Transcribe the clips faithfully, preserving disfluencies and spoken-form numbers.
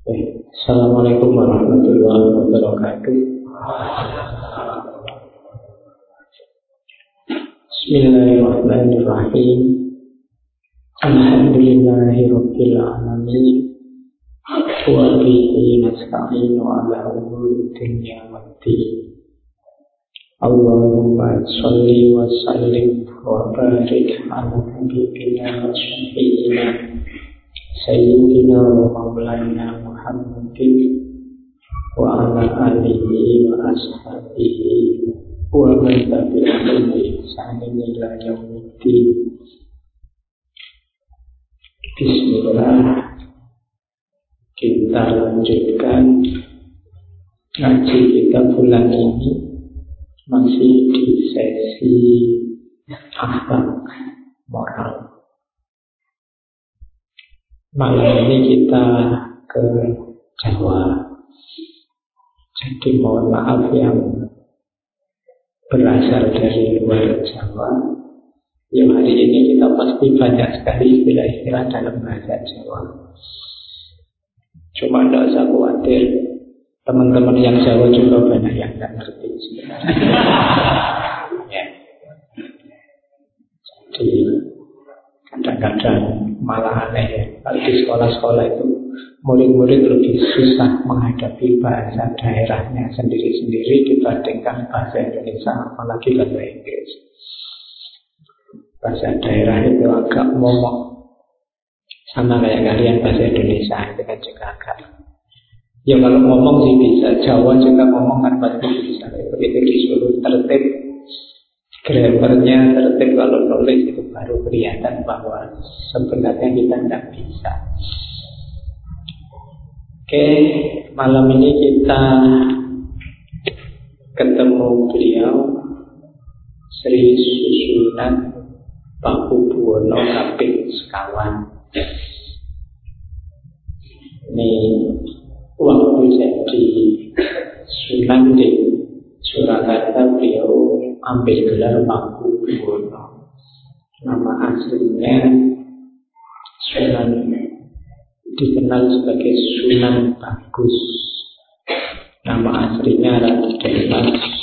Assalamualaikum warahmatullahi wabarakatuh. Bismillahirrahmanirrahim. Alhamdulillahirabbil alamin. Wa bihi nasta'inu ala umuri dunya waddin. Allahumma shalli wa sallim wa barik ala habibina wa syafi'ina Sayyidina wa maulana Muhammadin wa ala alihi wa ashabihi wa man tabi'ahum bi ihsanin ila yaumiddin. Bismillah. Kita lanjutkan ngaji kita bulan ini, masih di sesi akhlak moral. Malam ini kita ke Jawa. Jadi mohon maaf yang berasal dari luar Jawa. Ya, hari ini kita pasti banyak sekali istilah-istilah dalam bahasa Jawa. Cuma tidak usah khawatir, teman-teman yang Jawa juga banyak yang tidak ngerti sebenarnya. Ya. Jadi kadang-kadang malah aneh ya, kalau di sekolah-sekolah itu murid-murid lebih susah menghadapi bahasa daerahnya sendiri-sendiri dibandingkan bahasa Indonesia, apalagi bahasa Inggris. Bahasa daerah itu agak momok, sama kayak kalian bahasa Indonesia itu kan juga agak. Ya kalau ngomong sih bisa, Jawa juga ngomong kan pasti bisa. Begitu disuruh tertib, grammarnya tertib, kalau nulis itu baru kelihatan bahwa sebenarnya kita tidak bisa. Oke, malam ini kita ketemu beliau Sri Susunan Pakubuwono Kaping Sekawan. Ini waktu jadi Sunan di Surakarta beliau ambil gelar Pakubuwono. Nama aslinya Sunan, dikenal sebagai Sunan Bagus. Nama aslinya adalah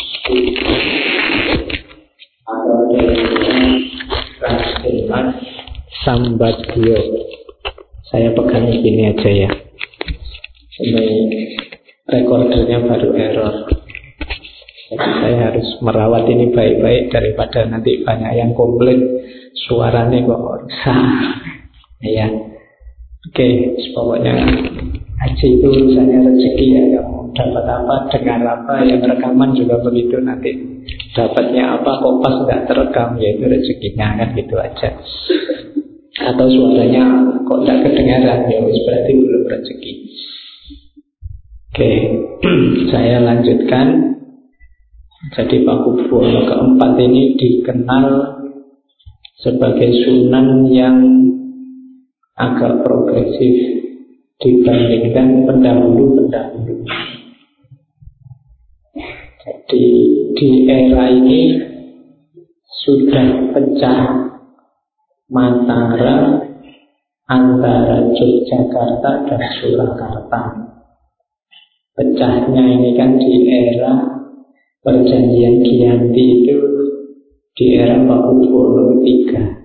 atau adalah Raden Sambagio. Saya pegang gini aja ya. Ini recordernya baru error. Jadi saya harus merawat ini baik-baik daripada nanti banyak yang komplain suaranya kok rusak. Ya. Oke, pokoknya haji itu urusannya rezeki ya. Kamu dapat apa, dengar apa, yang rekaman juga begitu nanti. Dapatnya apa, kok pas tidak terekam, ya itu rezekinya kan, gitu aja. Atau suaranya kok tidak kedengaran, ya berarti belum rezeki. Oke, saya lanjutkan. Jadi Pakubuwono keempat ini dikenal sebagai Sunan yang agak progresif dibandingkan pendahulu-pendahulu. Jadi di era ini sudah pecah Mataram antara Yogyakarta dan Surakarta. Pecahnya ini kan di era perjanjian Giyanti, itu di era Pakubuwono ketiga.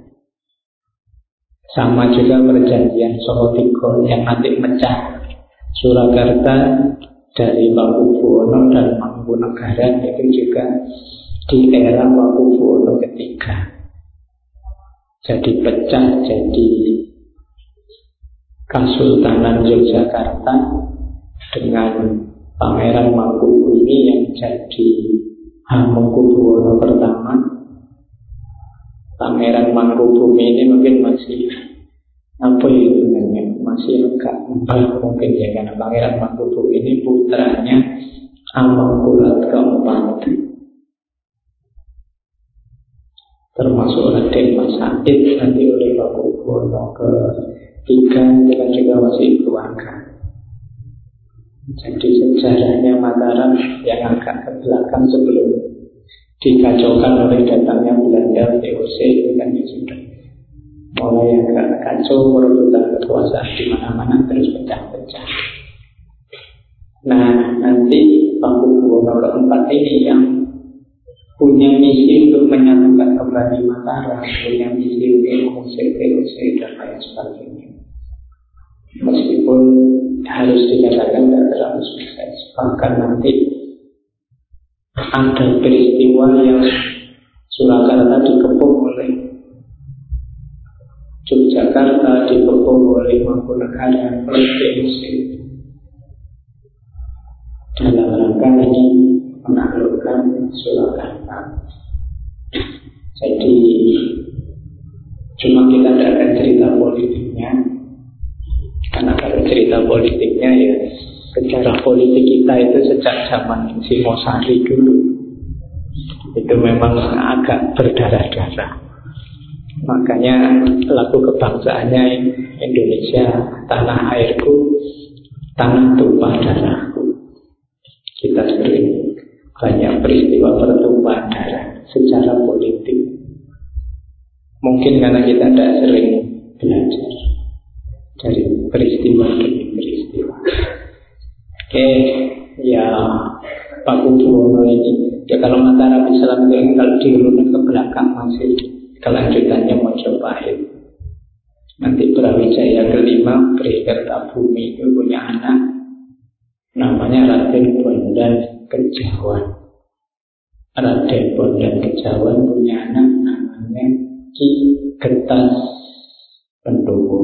Sama juga perjanjian Solotigo yang nanti mecah Surakarta dari Pakubuwono dan Mangkunagaran, itu juga di era Pakubuwono ketiga. Jadi pecah jadi Kesultanan Yogyakarta dengan Pangeran Mangkubumi yang jadi Hamengkubuwono pertama. Pangeran Mangkubumi ini mungkin masih apa itu namanya, masih agak empal mungkin ya, karena Pangeran Mangkubumi ini putranya Amangkurat keempat, termasuk Raden Mas Said nanti oleh Pakubuwono ketiga, itu kan juga masih keluarga. Jadi sejarahnya Mataram yang agak ke belakang sebelum dikacaukan oleh datangnya Belanda V O C, itu kan ya sudah mulai agak kacau, perebutan kekuasaan di mana-mana terus pecah-pecah. Pakubuwono keempat ini yang punya misi untuk menyatukan kembali Mataram, punya misi untuk mengusir V O C dan lain sebagainya. Meskipun harus dikatakan tidak terlalu sukses, bahkan nanti ada peristiwa yang Surakarta dikepung oleh Yogyakarta, dikepung oleh Mangkunegaran oleh V O C dalam rangka ini menaklukkan Surakarta. Jadi cuma kita tidak akan cerita politiknya, karena kalau cerita politiknya ya sejarah politik kita itu sejak zaman Singosari dulu itu memang agak berdarah-darah. Makanya lagu kebangsaannya Indonesia, tanah airku, tanah tumpah darahku. Kita sering banyak peristiwa pertumpahan darah secara politik. Mungkin karena kita tidak sering belajar dari peristiwa demi peristiwa. Oke, ya Pakubuwono ini, ya kalau Mataram Islam itu kalau diurut ke belakang masih kelanjutannya Mojopahit. Nanti Brawijaya kelima, Berikertabumi itu punya anak namanya Raden Bondan Kejawan. Raden Bondan Kejawan punya anak namanya Ki Getas Pendowo.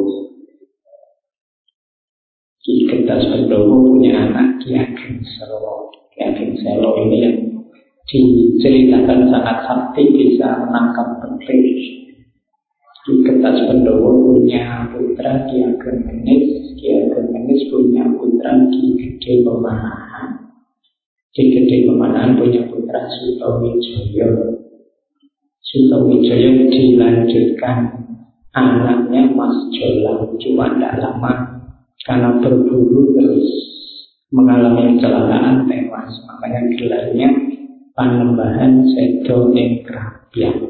Ki Getas Pendowo punya anak Ki Ageng Selo. Ki Ageng Selo ini yang diceritakan sangat sakti, bisa menangkap petir. Ki Getas Pendowo punya putra Ki Ageng Menis. Ki Ageng Menis punya putra Ki Gede Pemanahan. Ki Gede Pemanahan punya putra Sutowijoyo. Sutowijoyo dilanjutkan anaknya Mas Jolang, cuma tidak lama karena berburu terus mengalami kecelakaan, tewas. Makanya gelarnya Panembahan Sedo ing Krapyak.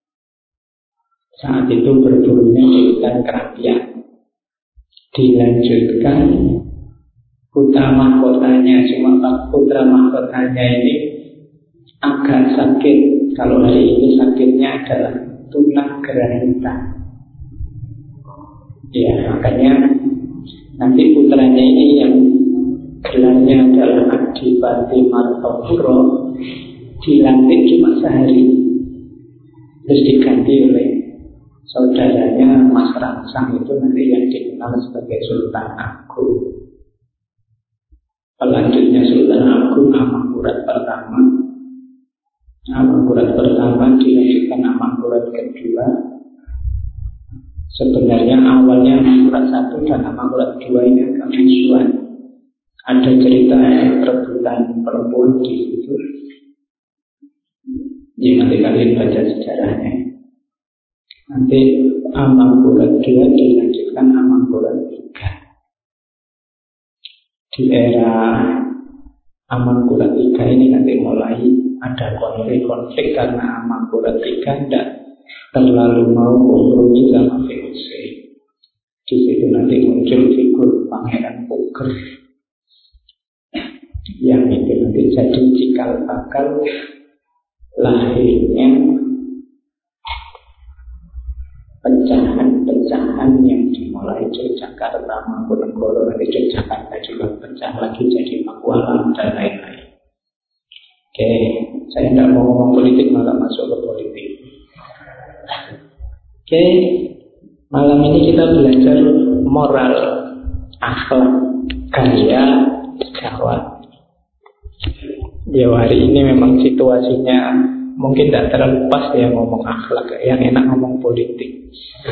Saat itu berburunya di hutan Krapyak. Dilanjutkan putra mahkotanya, cuma putra mahkotanya ini agak sakit. Kalau hari ini sakitnya adalah tulang grahita. Ya, makanya nanti putranya ini yang gelarnya adalah Adipati Martopuro dilantik cuma sehari, terus diganti oleh saudaranya Mas Rangsang, itu nanti yang dikenal sebagai Sultan Agung. Pelanjutnya Sultan Agung Amangkurat pertama. Amangkurat pertama dilanjutkan Amangkurat kedua. Sebenarnya awalnya Amangkurat satu dan Amangkurat dua ini agak musuhan. Ada cerita perebutan perempuan di situ. Ya, nanti kalian baca sejarahnya. Nanti Amangkurat dua dilanjutkan Amangkurat tiga. Di era Amangkurat tiga ini nanti mulai ada konflik-konflik karena Amangkurat tiga tidak terlalu mau kompromi sama V O C. Di situ nanti muncul figur Pangeran Puger yang itu nanti jadi cikal bakal lahirnya pecahan-pecahan yang dimulai Yogyakarta, Mangkunegoro, nanti Yogyakarta juga pecah lagi jadi Pakualam dan lain-lain. Oke, saya tidak mau ngomong politik, malah masuk ke politik. Oke, malam ini kita belajar moral, akhlak, gaya Jawa. Ya, hari ini memang situasinya mungkin tidak terlalu pas ya ngomong akhlak, yang enak ngomong politik.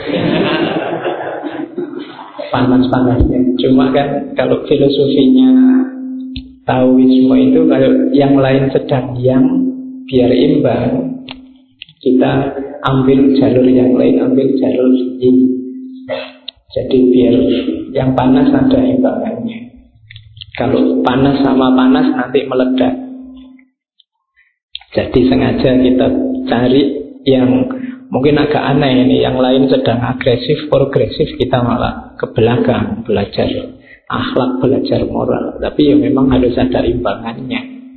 Panas-panasnya. Cuma kan kalau filosofinya Taoisme itu, kalau yang lain sedang yang, biar imbang, kita ambil jalur yang lain, ambil jalur yin. Jadi biar yang panas ada imbangannya. Kalau panas sama panas nanti meledak. Jadi sengaja kita cari yang mungkin agak aneh ini, yang lain sedang agresif, progresif, kita malah ke belakang belajar akhlak, belajar moral. Tapi ya memang harus ada imbangannya.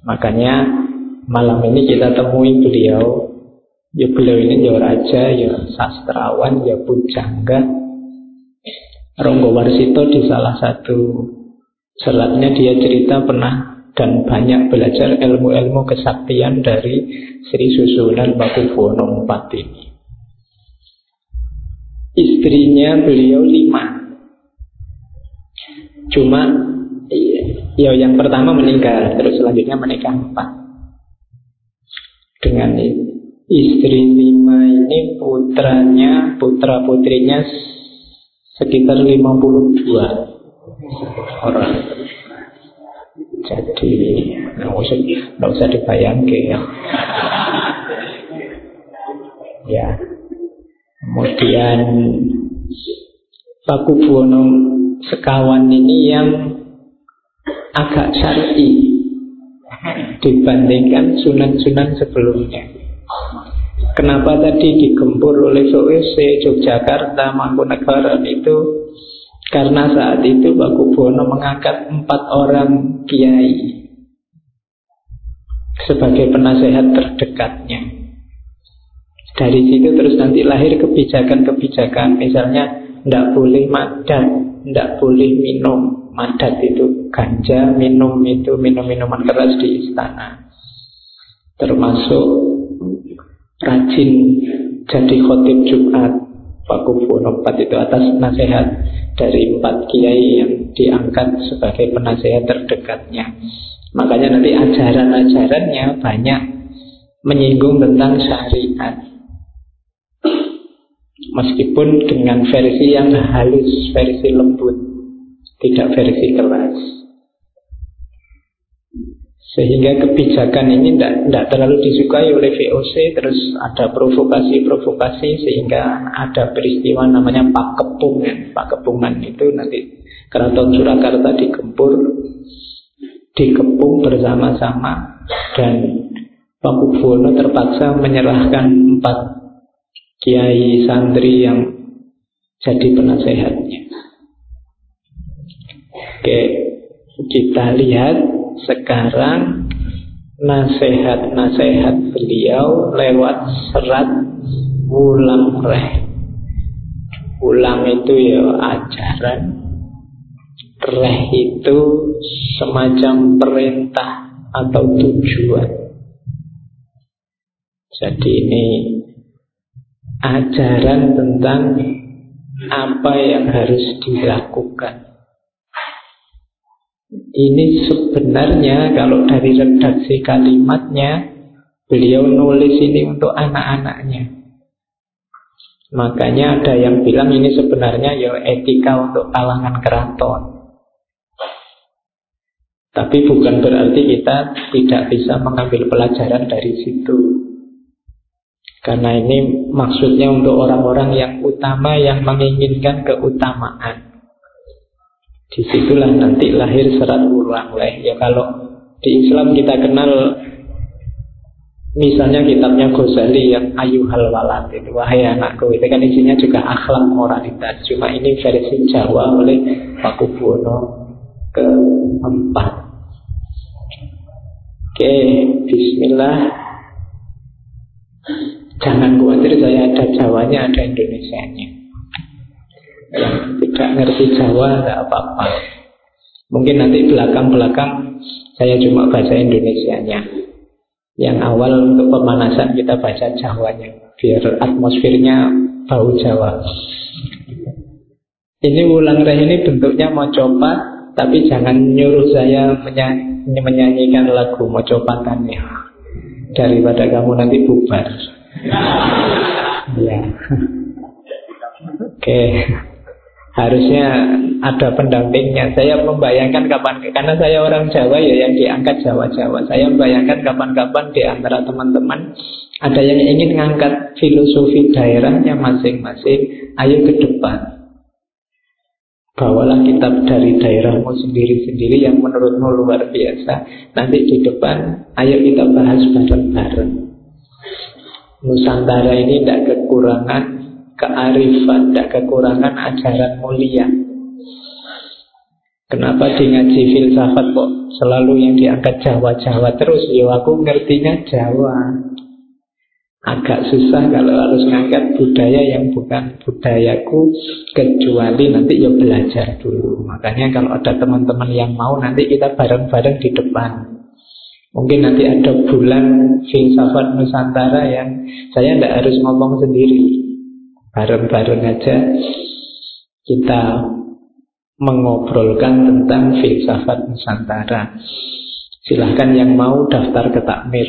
Makanya malam ini kita temui beliau. Ya beliau ini ya raja, ya sastrawan, ya pujangga. Ronggo Warsito di salah satu selatnya dia cerita pernah dan banyak belajar ilmu-ilmu kesaktian dari Sri Susunan Pakubuwono empat ini. Istrinya beliau lima. Cuma ya yang pertama meninggal, terus selanjutnya menikah empat. Dengan istri lima ini putranya, putra-putrinya sekitar lima puluh dua orang. Jadi nggak usah, nggak usah dibayangkan ya. Ya. Kemudian Pakubuwono sekawan ini yang agak syar'i dibandingkan sunan-sunan sebelumnya. Kenapa tadi digempur oleh V O C Yogyakarta, Mangkunegaran itu? Karena saat itu Pakubuwono mengangkat empat orang kiai sebagai penasehat terdekatnya. Dari situ terus nanti lahir kebijakan-kebijakan. Misalnya tidak boleh madat, tidak boleh minum. Madat itu ganja, minum itu minum-minuman keras di istana. Termasuk rajin jadi khotib Jumat. Pakubuwono empat itu atas nasihat dari empat kiai yang diangkat sebagai penasehat terdekatnya. Makanya nanti ajaran-ajarannya banyak menyinggung tentang syariat, meskipun dengan versi yang halus, versi lembut, tidak versi keras. Sehingga kebijakan ini tidak terlalu disukai oleh V O C. Terus ada provokasi-provokasi sehingga ada peristiwa namanya Pakepungan. Pakepungan itu nanti Keraton Surakarta digempur, dikepung bersama-sama, dan Pakubuwono terpaksa menyerahkan empat kiai santri yang jadi penasehatnya. Oke, kita lihat sekarang nasihat-nasihat beliau lewat serat Wulang Reh. Wulang itu ya ajaran, Reh itu semacam perintah atau tujuan. Jadi ini ajaran tentang apa yang harus dilakukan. Ini sebenarnya kalau dari redaksi kalimatnya, beliau nulis ini untuk anak-anaknya. Makanya ada yang bilang ini sebenarnya ya etika untuk kalangan keraton. Tapi bukan berarti kita tidak bisa mengambil pelajaran dari situ. Karena ini maksudnya untuk orang-orang yang utama, yang menginginkan keutamaan. Disitulah nanti lahir serat Wulang Reh. Ya kalau di Islam kita kenal misalnya kitabnya Ghazali yang Ayyuhal Walad itu, wahai anakku, itu kan isinya juga akhlak moralitas. Cuma ini versi Jawa oleh Pakubuwono keempat. Oke, bismillah. Jangan khawatir, saya ada Jawanya, ada Indonesianya. Yang tidak ngerti Jawa tidak apa-apa. Mungkin nanti belakang-belakang saya cuma baca Indonesianya. Yang awal untuk pemanasan kita baca Jawanya, biar atmosfernya bau Jawa. Ini Wulang Reh ini bentuknya mau coba, tapi jangan nyuruh saya menyanyi, menyanyikan lagu mau cobatannya, daripada kamu nanti bubar. Ya. Oke. Harusnya ada pendampingnya. Saya membayangkan kapan, karena saya orang Jawa ya yang diangkat Jawa-Jawa. Saya membayangkan kapan-kapan di antara teman-teman ada yang ingin mengangkat filosofi daerahnya masing-masing. Ayo ke depan. Bawalah kitab dari daerahmu sendiri-sendiri yang menurutmu luar biasa. Nanti di depan, ayo kita bahas bareng-bareng. Nusantara ini tidak kekurangan kearifan, tidak kekurangan ajaran mulia. Kenapa di ngaji filsafat kok selalu yang diangkat Jawa-Jawa terus? Ya aku ngertinya Jawa. Agak susah kalau harus ngangkat budaya yang bukan budayaku, kecuali nanti ya belajar dulu. Makanya kalau ada teman-teman yang mau, nanti kita bareng-bareng di depan. Mungkin nanti ada bulan filsafat Nusantara yang saya tidak harus ngomong sendiri. Bareng-bareng aja kita mengobrolkan tentang filsafat Nusantara. Silahkan yang mau daftar ke takmir.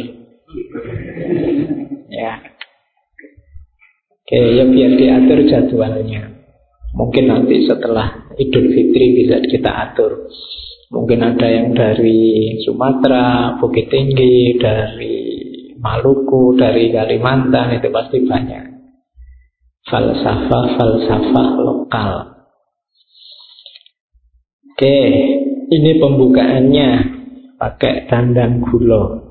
Ya. Oke, ya biar diatur jadwalnya. Mungkin nanti setelah Idul Fitri bisa kita atur. Mungkin ada yang dari Sumatera, Bukit Tinggi, dari Maluku, dari Kalimantan, itu pasti banyak. Falsafah-falsafah lokal. Oke, ini pembukaannya pakai tandang gula.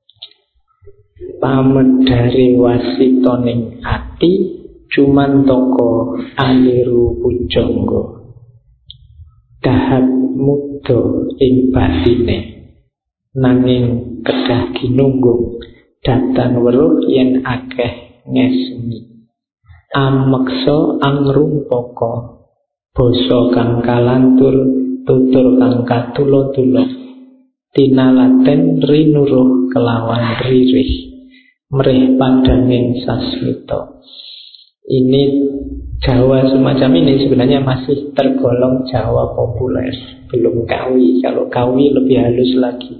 Pamedari wasitoning ati cuman toko aliru pujangga. Dahat muda ing batine nanging kedah ginunggung datan weruh yen akeh ngesmi. Ameksa angrumpaka basa kang kalantur tutur kang katulo-tulo tinalaten rinuruh kelawan ririh mereh padanging sasmita. Ini Jawa semacam ini sebenarnya masih tergolong Jawa populer, belum Kawi. Kalau Kawi lebih halus lagi.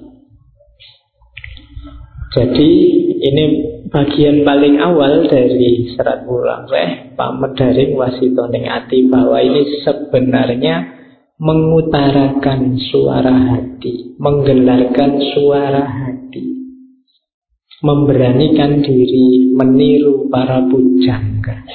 Jadi ini bagian paling awal dari serat Wulang Reh, Pamedharing wasitoning ati, bahwa ini sebenarnya mengutarakan suara hati, menggelarkan suara hati, memberanikan diri meniru para pujangga.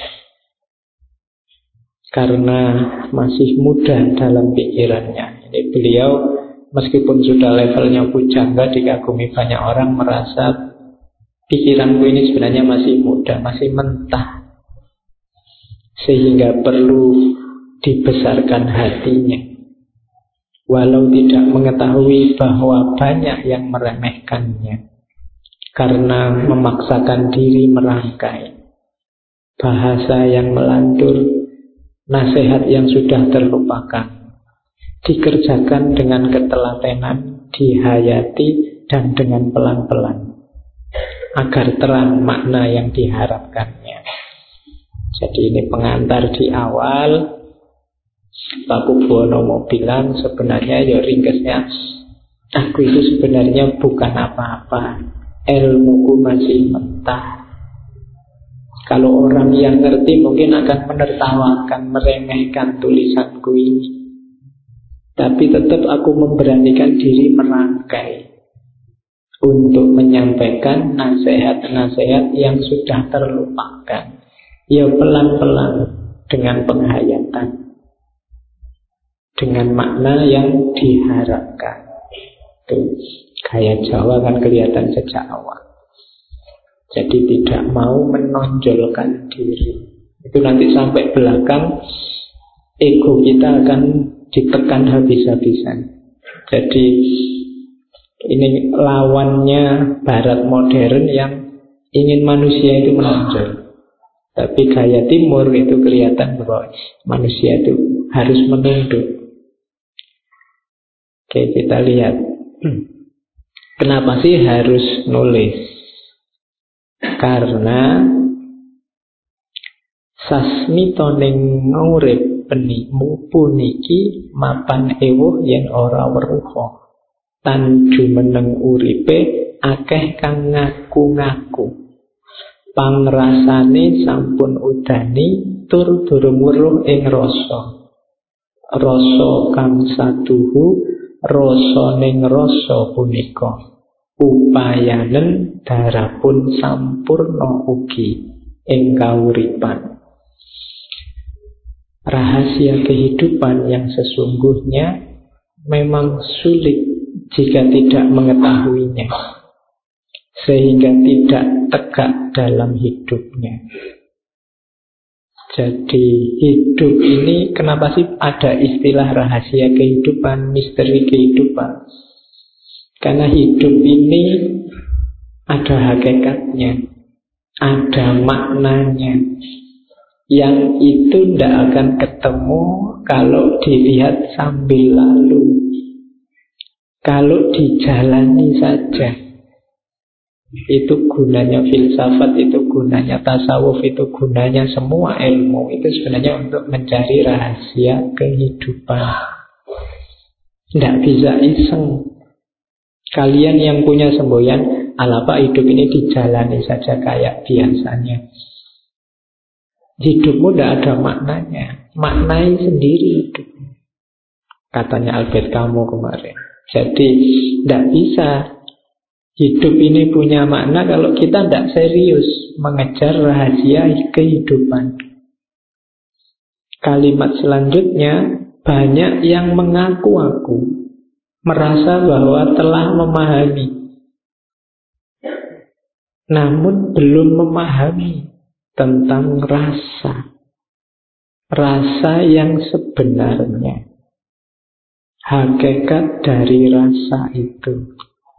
Karena masih muda dalam pikirannya. Ini beliau meskipun sudah levelnya pujangga, dikagumi banyak orang, merasa pikiranku ini sebenarnya masih muda, masih mentah, sehingga perlu dibesarkan hatinya. Walau tidak mengetahui bahwa banyak yang meremehkannya, karena memaksakan diri merangkai bahasa yang melantur, nasihat yang sudah terlupakan, dikerjakan dengan ketelatenan, dihayati dan dengan pelan-pelan, agar terang makna yang diharapkannya. Jadi ini pengantar di awal. Paku Buwono mau bilang sebenarnya ya ringkesnya, aku itu sebenarnya bukan apa-apa, ilmuku masih mentah. Kalau orang yang ngerti mungkin akan menertawakan, meremehkan tulisanku ini, tapi tetap aku memberanikan diri merangkai untuk menyampaikan nasihat-nasihat yang sudah terlupakan. Ya pelan-pelan, dengan penghayatan, dengan makna yang diharapkan. Tuh, gaya Jawa kan kelihatan sejak awal. Jadi tidak mau menonjolkan diri. Itu nanti sampai belakang, ego kita akan ditekan habis-habisan. Jadi ini lawannya Barat modern yang ingin manusia itu menonjol. Tapi gaya Timur itu kelihatan bahwa manusia itu harus menunduk. Oke, kita lihat. Kenapa sih harus nulis? Karena sasmitoning ngurip penimu puniki mapan ewuh yen ora weruha. Tan jumeneng uripe akeh kang ngaku-ngaku. Pangrasane sampun udani tur durung weruh ing rasa. Rasa kang saduhu rasaning rasa punika. Upayanen darapun sampurna ugi ing kauripan. Rahasia kehidupan yang sesungguhnya memang sulit jika tidak mengetahuinya, sehingga tidak tegak dalam hidupnya. Jadi hidup ini, kenapa sih ada istilah rahasia kehidupan, misteri kehidupan? Karena hidup ini ada hakikatnya, ada maknanya, yang itu tidak akan ketemu kalau dilihat sambil lalu, kalau dijalani saja. Itu gunanya filsafat, itu gunanya tasawuf, itu gunanya semua ilmu. Itu sebenarnya untuk mencari rahasia kehidupan. Tidak bisa iseng. Kalian yang punya semboyan, ala pak hidup ini dijalani saja kayak biasanya. Hidupmu tidak ada maknanya, maknai sendiri hidupmu, katanya Albert Camus kemarin. Jadi tidak bisa hidup ini punya makna kalau kita tidak serius mengejar rahasia kehidupan. Kalimat selanjutnya, banyak yang mengaku-aku, merasa bahwa telah memahami, namun belum memahami tentang rasa. Rasa yang sebenarnya, hakikat dari rasa itu.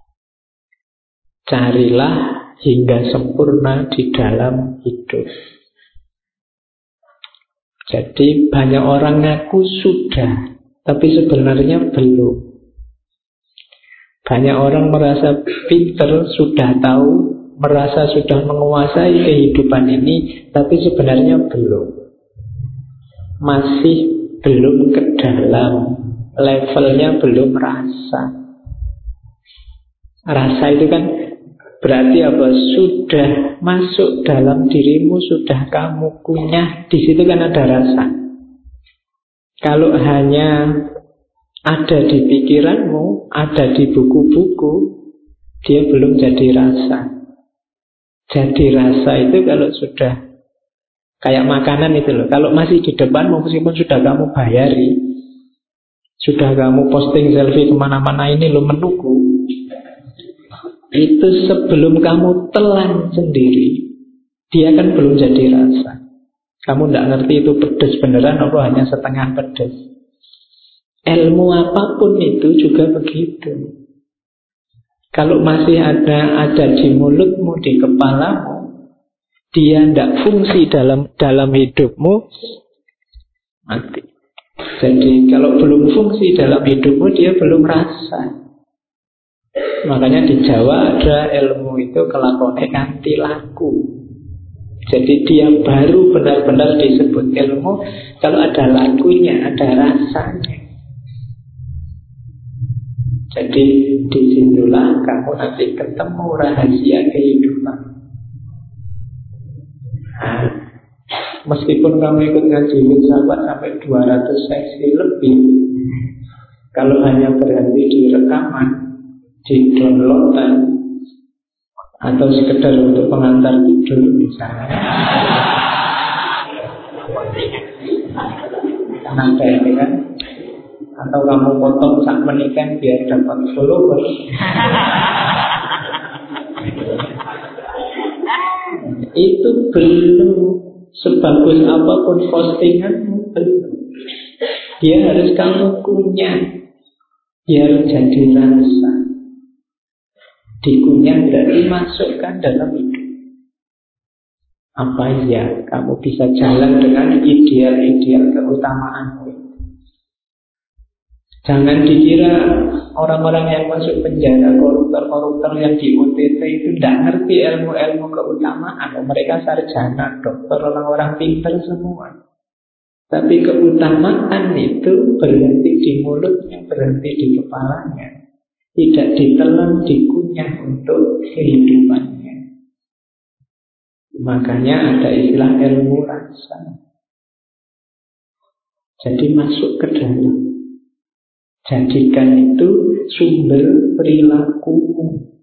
Carilah hingga sempurna di dalam hidup. Jadi banyak orang ngaku sudah, tapi sebenarnya belum. Banyak orang merasa pinter, sudah tahu, merasa sudah menguasai kehidupan ini, tapi sebenarnya belum. Masih belum ke dalam, levelnya belum rasa. Rasa itu kan berarti apa? Sudah masuk dalam dirimu, sudah kamu kunyah. Di situ kan ada rasa. Kalau hanya ada di pikiranmu, ada di buku-buku, dia belum jadi rasa. Jadi rasa itu kalau sudah kayak makanan itu loh. Kalau masih di depanmu, meskipun sudah kamu bayari, sudah kamu posting selfie kemana-mana, ini lo menuku, itu sebelum kamu telan sendiri, dia kan belum jadi rasa. Kamu tidak ngerti itu pedas beneran atau hanya setengah pedas. Ilmu apapun itu juga begitu. Kalau masih ada ada di mulutmu, di kepalamu, dia tidak fungsi dalam dalam hidupmu, mati. Jadi kalau belum fungsi dalam hidupmu, dia belum rasa. Makanya di Jawa ada ilmu itu kelakone kanthi laku. Jadi dia baru benar-benar disebut ilmu kalau ada lakunya, ada rasanya. Jadi disitulah kamu nanti ketemu rahasia kehidupan. Nah, meskipun kamu ikut ngaji filsafat sampai dua ratus sesi lebih, kalau hanya berhenti di rekaman, di downloadan, atau sekedar untuk pengantar tidur misalnya, nada ini kan, atau kamu potong sak menikan biar dapat follower, itu belum sebagus apapun postinganmu, belum. Dia harus kamu kunyah, biar jadi rasa. Dikunyah berarti masukkan dalam hidup. Apa ya kamu bisa jalan dengan ideal-ideal keutamaanmu. Jangan dikira orang-orang yang masuk penjara, koruptor-koruptor yang di O T T itu tidak ngerti ilmu-ilmu keutamaan. Mereka sarjana, dokter, orang-orang pintar semua. Tapi keutamaan itu berhenti di mulutnya, berhenti di kepalanya. Tidak ditelan, dikunyah untuk kehidupannya. Makanya ada istilah ilmu rasa. Jadi masuk ke dalam. Jadikan itu sumber perilakumu.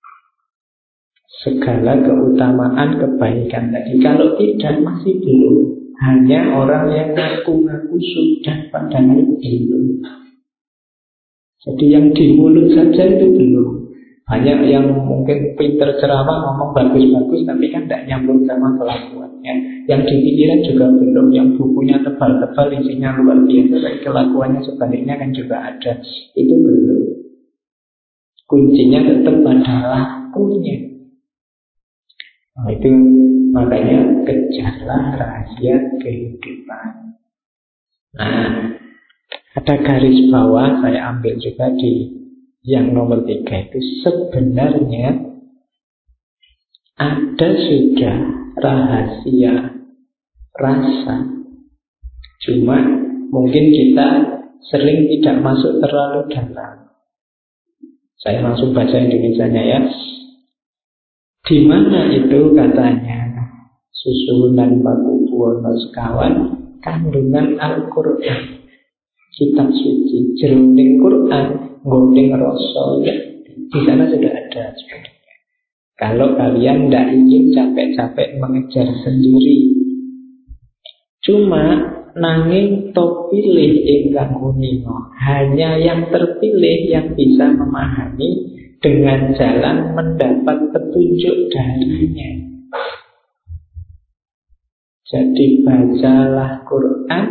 Segala keutamaan kebaikan tadi. Kalau tidak masih belum. Hanya orang yang ngaku-ngaku sudah padahal belum. Jadi yang di mulut saja itu belum. Banyak yang mungkin pinter ceramah, ngomong bagus-bagus, tapi kan tidak nyambung sama kelakuannya. Yang di pikiran juga belum, yang bukunya tebal-tebal, isinya luar biasa, tapi kelakuannya sebaliknya kan juga ada. Itu belum. Kuncinya tetap pada lakunya. Nah, itu makanya kejarlah rahasia kehidupan. Nah, ada garis bawah saya ambil juga di yang nomor tiga itu, sebenarnya ada sudah rahasia rasa, cuma mungkin kita sering tidak masuk terlalu dalam. Saya langsung baca Indonesianya ya. Di mana itu katanya susunan Pakubuwono sekawan kandungan Al-Quran, kitab suci, jroning Quran, nggoning rasa. Di sana sudah ada sebenarnya. Kalau kalian tidak ingin capek-capek mengejar sendiri, cuma nanging to pilih ingkang hunina, hanya yang terpilih yang bisa memahami dengan jalan mendapat petunjuk darinya. Jadi bacalah Quran,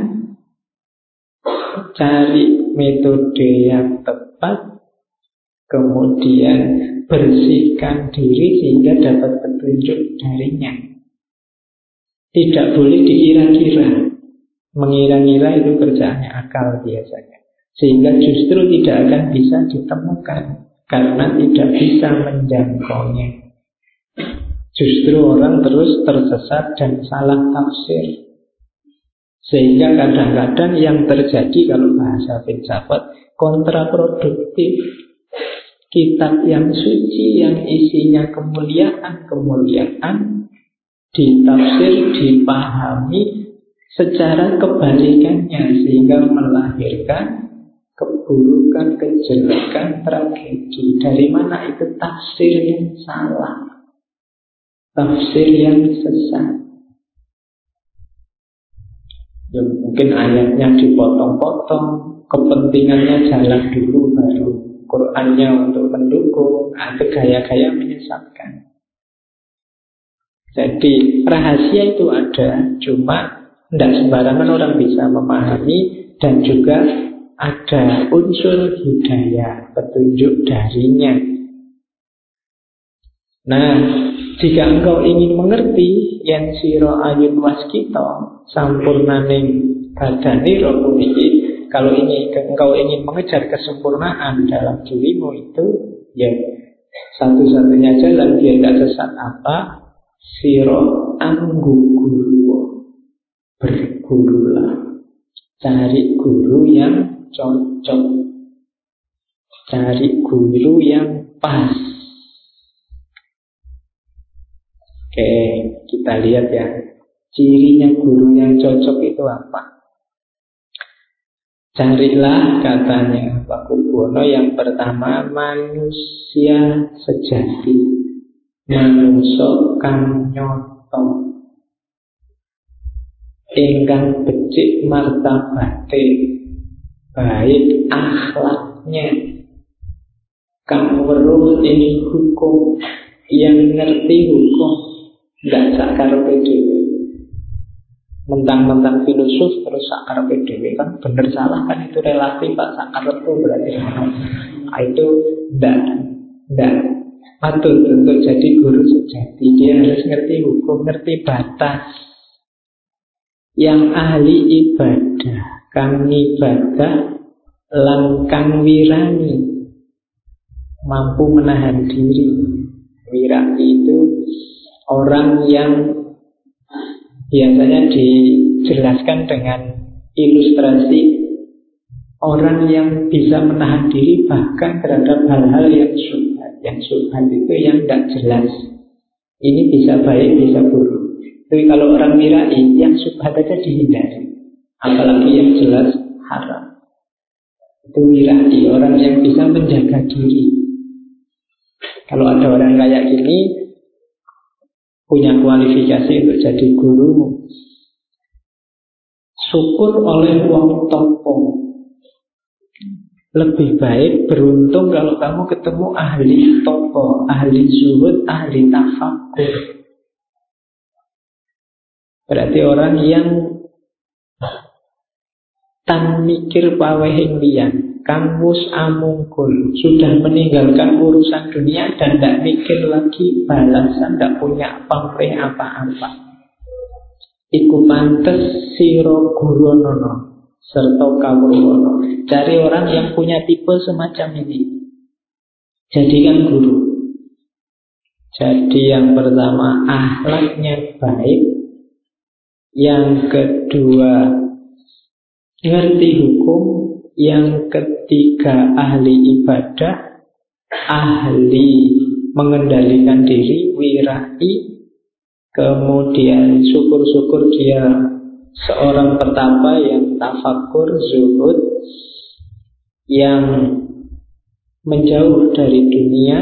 cari metode yang tepat, kemudian bersihkan diri sehingga dapat petunjuk darinya. Tidak boleh dikira-kira. Mengira-ngira itu kerjaannya akal biasanya, sehingga justru tidak akan bisa ditemukan karena tidak bisa menjangkaunya. Justru orang terus tersesat dan salah tafsir. Sehingga kadang-kadang yang terjadi, kalau bahasa filsafat, kontraproduktif. Kitab yang suci, yang isinya kemuliaan-kemuliaan, ditafsir, dipahami secara kebalikannya, sehingga melahirkan keburukan, kejelekan, tragedi. Dari mana itu? Tafsir yang salah, tafsir yang sesat. Ya, mungkin ayatnya dipotong-potong, kepentingannya jalan dulu baru Qurannya untuk mendukung, ada gaya-gaya menyesatkan. Jadi rahasia itu ada, cuma tidak sembarangan orang bisa memahami, dan juga ada unsur hidayah, petunjuk darinya. Nah, jika engkau ingin mengerti yang siro ayun waskito sampurnaning badani rohuniki, kalau ini engkau ingin mengejar kesempurnaan dalam dirimu itu, ya satu-satunya jalan biar tidak sesat apa? Siro angguguru, bergurulah, cari guru yang cocok, cari guru yang pas. Oke, kita lihat ya, cirinya guru yang cocok itu apa? Carilah, katanya Pakubuwono, yang pertama manusia sejati, manungsa kang nyoto, ingkang becik martabate, baik akhlaknya, kang weruh ing hukum, yang ngerti hukum, nggak sakarepe dhewe. Mentang-mentang filosof terus sakarepe dhewe, kan bener salah kan itu relatif, Pak. Sakarep itu berarti nah, itu ndak ndak patut untuk jadi guru sejati. Dia harus ngerti hukum, ngerti batas. Yang ahli ibadah, kang ibadah lan kang wirani, mampu menahan diri. Wirani itu orang yang biasanya dijelaskan dengan ilustrasi, orang yang bisa menahan diri bahkan terhadap hal-hal yang syubhat. Yang syubhat itu yang tidak jelas. Ini bisa baik, bisa buruk. Tapi kalau orang mirai, yang syubhat aja dihindari, apalagi yang jelas haram. Itu mirai, orang yang bisa menjaga diri. Kalau ada orang kayak gini, punya kualifikasi untuk jadi guru. Syukur oleh wong topo, Lebih baik beruntung kalau kamu ketemu ahli toko, ahli zuhud, ahli tafakkur. Berarti orang yang tan mikir pawehing liyan, Kang wus amungkul, sudah meninggalkan urusan dunia dan tidak mikir lagi balasan, tidak punya pamrih apa-apa. Iku pantes siro guronono serta kawruwono. Cari orang yang punya tipe semacam ini, jadikan guru. Jadi yang pertama akhlaknya baik, yang kedua ngerti hukum, yang ketiga ahli ibadah, ahli mengendalikan diri, wirai, kemudian syukur-syukur dia seorang petapa yang tafakur, zuhud, yang menjauh dari dunia,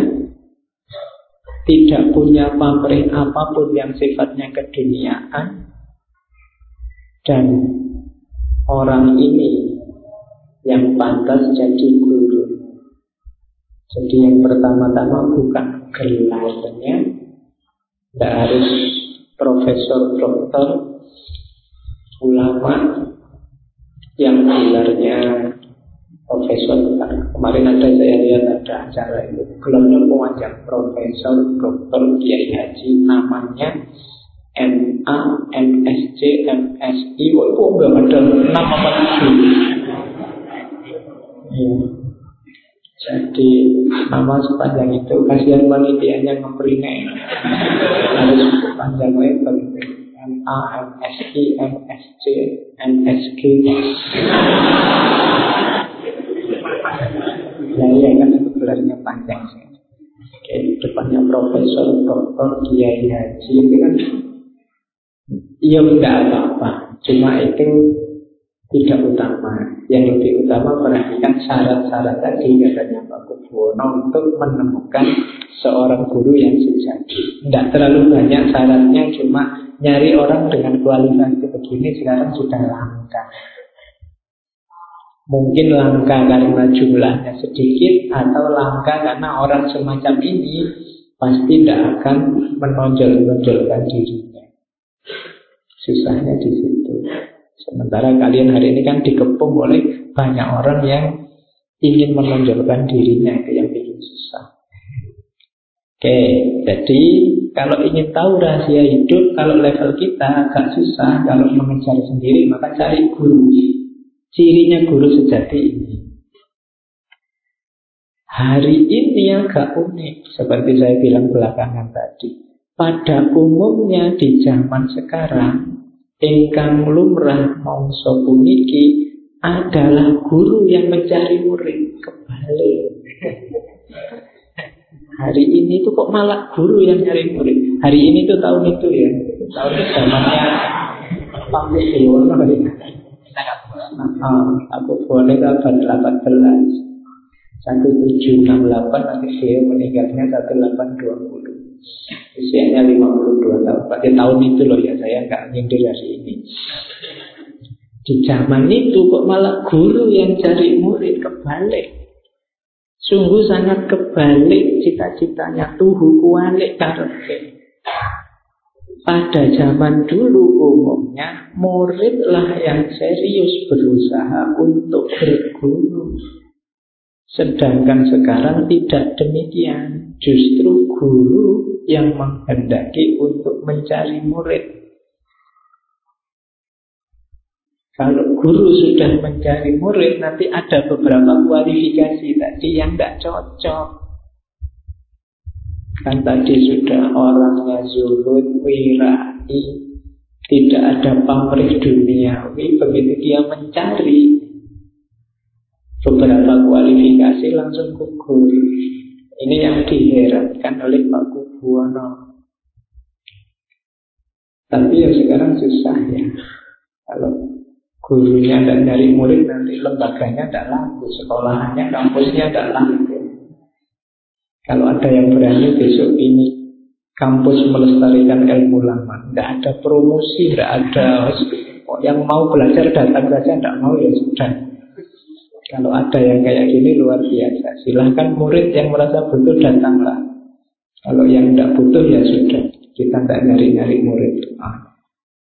tidak punya pamrih apapun yang sifatnya keduniaan. Dan orang ini yang pantas jadi guru. Jadi yang pertama-tama bukan gelarnya, tidak harus profesor, doktor, ulama yang gelarnya profesor. Kemarin ada saya lihat ada acara itu, gelarnya panjang, profesor, doktor, kiai haji, namanya M A, M S C, M S I. Wah, itu enggak ada enam apa tujuh. Ya. Jadi nama sepanjang itu, kasihan panitianya ngeprintnya harus panjang lebar. M A, M S I, M S C, M S G. Ya, ya kan itu gelarnya panjang sih. Oke, depannya profesor, doktor, kiai haji itu kan, iya tidak apa-apa. Cuma itu tidak utama. Yang lebih utama perhatikan syarat-syarat tadi katanya Pak Kubuwono untuk menemukan seorang guru yang sejati. Tidak terlalu banyak syaratnya, cuma nyari orang dengan kualifikasi begini sekarang sudah langka. Mungkin langka karena jumlahnya sedikit, atau langka karena orang semacam ini pasti tidak akan menonjol-nonjolkan dirinya. Susahnya di situ. Sementara kalian hari ini kan dikepung oleh banyak orang yang ingin menonjolkan dirinya, itu yang bikin susah. Oke, jadi kalau ingin tahu rahasia hidup, kalau level kita agak susah, kalau mengejar sendiri maka cari guru. Cirinya guru sejati ini. Hari ini agak unik, seperti saya bilang belakangan tadi. Pada umumnya di zaman sekarang, ingkang lumrah mangsa puniki adalah guru yang mencari murid. Kebalik. Hari ini tuh kok malah guru yang cari murid. Hari ini tuh tahun itu ya, tahun zamannya Pak Kubuwono. Nah, aku boleh abad delapan belas seribu tujuh ratus enam puluh delapan, nanti dia meninggalnya seribu delapan ratus dua puluh. Usianya lima puluh dua tahun. Pada tahun itu loh ya, saya nggak nyindir hari ini. Di zaman itu kok malah guru yang cari murid. Kebalik. Sungguh sangat kebalik cita-citanya, tuhu kualik karepe. Pada zaman dulu umumnya muridlah yang serius berusaha untuk berguru. Sedangkan sekarang tidak demikian. Justru guru yang menghendaki untuk mencari murid. Kalau guru sudah mencari murid, nanti ada beberapa kualifikasi tadi yang tidak cocok. Kan tadi sudah orangnya zuhud, wirai, tidak ada pamrih duniawi. Begitu dia mencari beberapa kualifikasi langsung gugur. Ini yang diherankan oleh Pak Kubuwono. Tapi ya sekarang susah ya. Kalau gurunya tidak dari murid, nanti lembaganya tidak laku, sekolahannya, kampusnya tidak laku. Kalau ada yang berani besok ini kampus melestarikan ilmu lama, tidak ada promosi, tidak ada yang mau belajar datang saja, tidak mau ya sudah. Kalau ada yang kayak gini luar biasa. Silahkan murid yang merasa butuh datanglah. Kalau yang tidak butuh ya sudah, kita tidak nyari-nyari murid. Ah.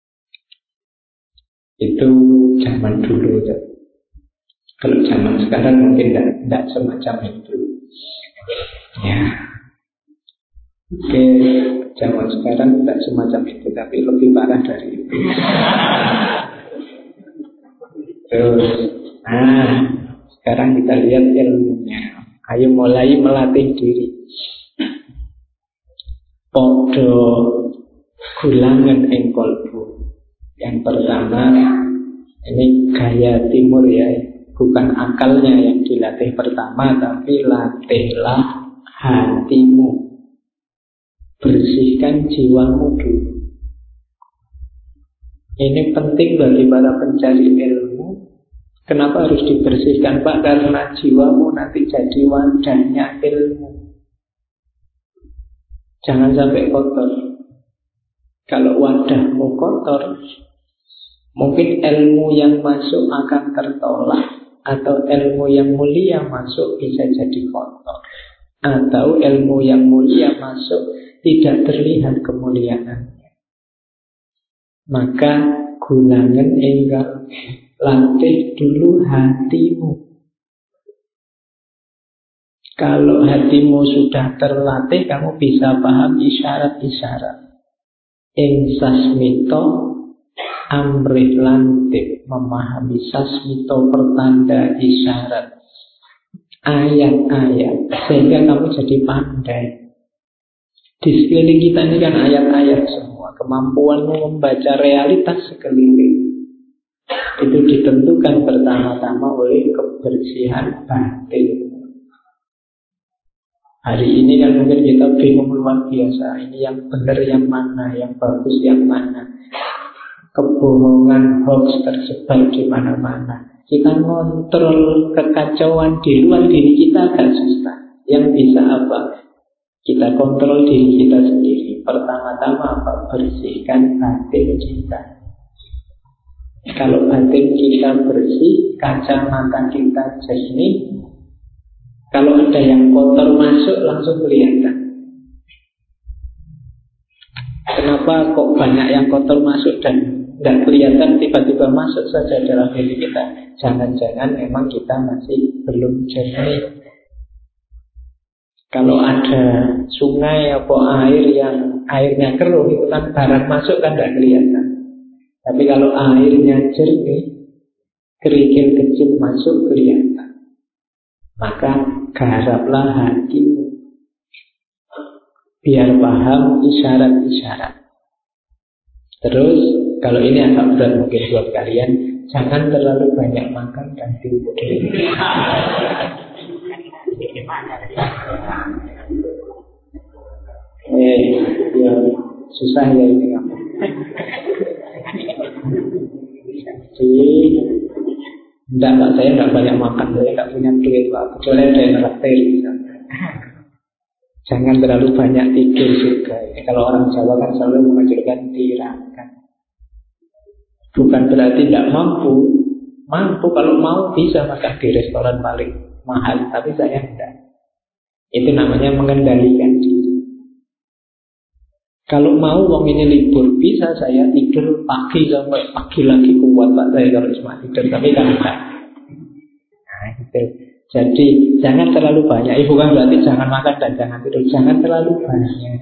Itu zaman dulu. Kalau zaman sekarang mungkin tidak, tidak semacam itu. Ya. Oke, zaman sekarang tidak semacam itu, tapi lebih parah dari itu. Terus, nah, sekarang kita lihat ilmunya. Ayo mulai melatih diri. Podo gulangan ing kolbu. Yang pertama, ini gaya timur ya, bukan akalnya yang dilatih pertama, tapi latihlah hatimu. Bersihkan jiwamu dulu. Ini penting bagi para pencari ilmu. Kenapa harus dibersihkan, Pak? Karena jiwamu nanti jadi wadahnya ilmu. Jangan sampai kotor. Kalau wadahmu kotor, mungkin ilmu yang masuk akan tertolak, atau ilmu yang mulia masuk bisa jadi kotor, atau ilmu yang mulia masuk tidak terlihat kemuliaannya. Maka gulangan enggal, latih dulu hatimu. Kalau hatimu sudah terlatih, kamu bisa paham isyarat-isyarat. Ing sasmito amrih lantik, memahami sasmito pertanda isyarat, ayat-ayat, sehingga kamu jadi pandai. Di sekeliling kita ini kan ayat-ayat semua. Kemampuanmu membaca realitas sekeliling itu ditentukan pertama-tama oleh kebersihan batin. Hari ini kan mungkin kita bingung luar biasa. Ini yang benar yang mana, yang bagus yang mana. Kebohongan, hoax tersebar di mana-mana. Kita ngontrol kekacauan di luar diri kita agak susah. Yang bisa apa? Kita kontrol diri kita sendiri. Pertama-tama apa? Bersihkan batin kita. Kalau batin kita bersih, kacamata kita jernih. Kalau ada yang kotor masuk, langsung kelihatan. Kenapa kok banyak yang kotor masuk dan tidak kelihatan, tiba-tiba masuk saja dalam diri kita? Jangan-jangan memang kita masih belum jernih. Kalau ada sungai atau air yang airnya keruh, itu kan barang masuk kan tidak kelihatan. Tapi kalau airnya jernih, kerikil kecil masuk kelihatan. Maka garaplah hatimu, biar paham isyarat-isyarat. Terus, kalau ini agak berat mungkin buat kalian, jangan terlalu banyak makan dan tidur. Eh, ya, susah ya ini kamu. Jadi, enggak, Pak, saya enggak banyak makan, saya enggak punya duit, Pak. Kecuali ada yang ngeraktir. Jangan terlalu banyak tidur juga. Ini kalau orang Jawa kan selalu mengajarkan tirakat. Bukan berarti tidak mampu. Mampu, kalau mau bisa makan di restoran paling mahal, tapi saya enggak. Itu namanya mengendalikan diri. Kalau mau wong ini libur, bisa saya tidur pagi sampai pagi lagi kuat Pak saya kalau cuma tidur, tapi kan enggak. Nah gitu. Jadi jangan terlalu banyak. Ibu kan berarti jangan makan dan jangan tidur. Jangan terlalu banyak.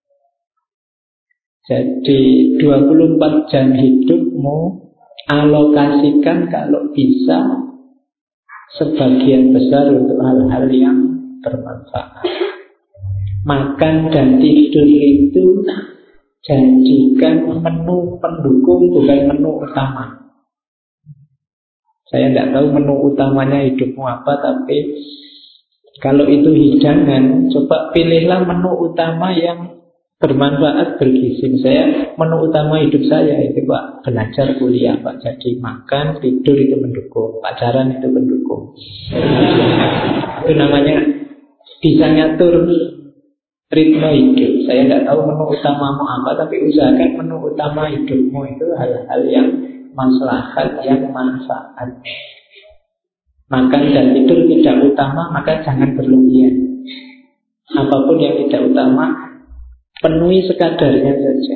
Jadi dua puluh empat jam hidupmu alokasikan kalau bisa sebagian besar untuk hal-hal yang bermanfaat. Makan dan tidur itu jadikan menu pendukung, bukan menu utama. Saya tidak tahu menu utamanya hidupmu apa, tapi kalau itu hidangan, coba pilihlah menu utama yang bermanfaat, bergizi. Saya, menu utama hidup saya itu Pak, belajar kuliah Pak. Jadi makan, tidur itu mendukung, pacaran itu mendukung. Itu namanya bisa ngatur ritme hidup. Saya tidak tahu menu utamamu apa, tapi usahakan menu utama hidupmu itu hal-hal yang maslahat, yang manfaat. Makan dan tidur tidak utama, maka jangan berlebihan. Apapun yang tidak utama, penuhi sekadarnya saja.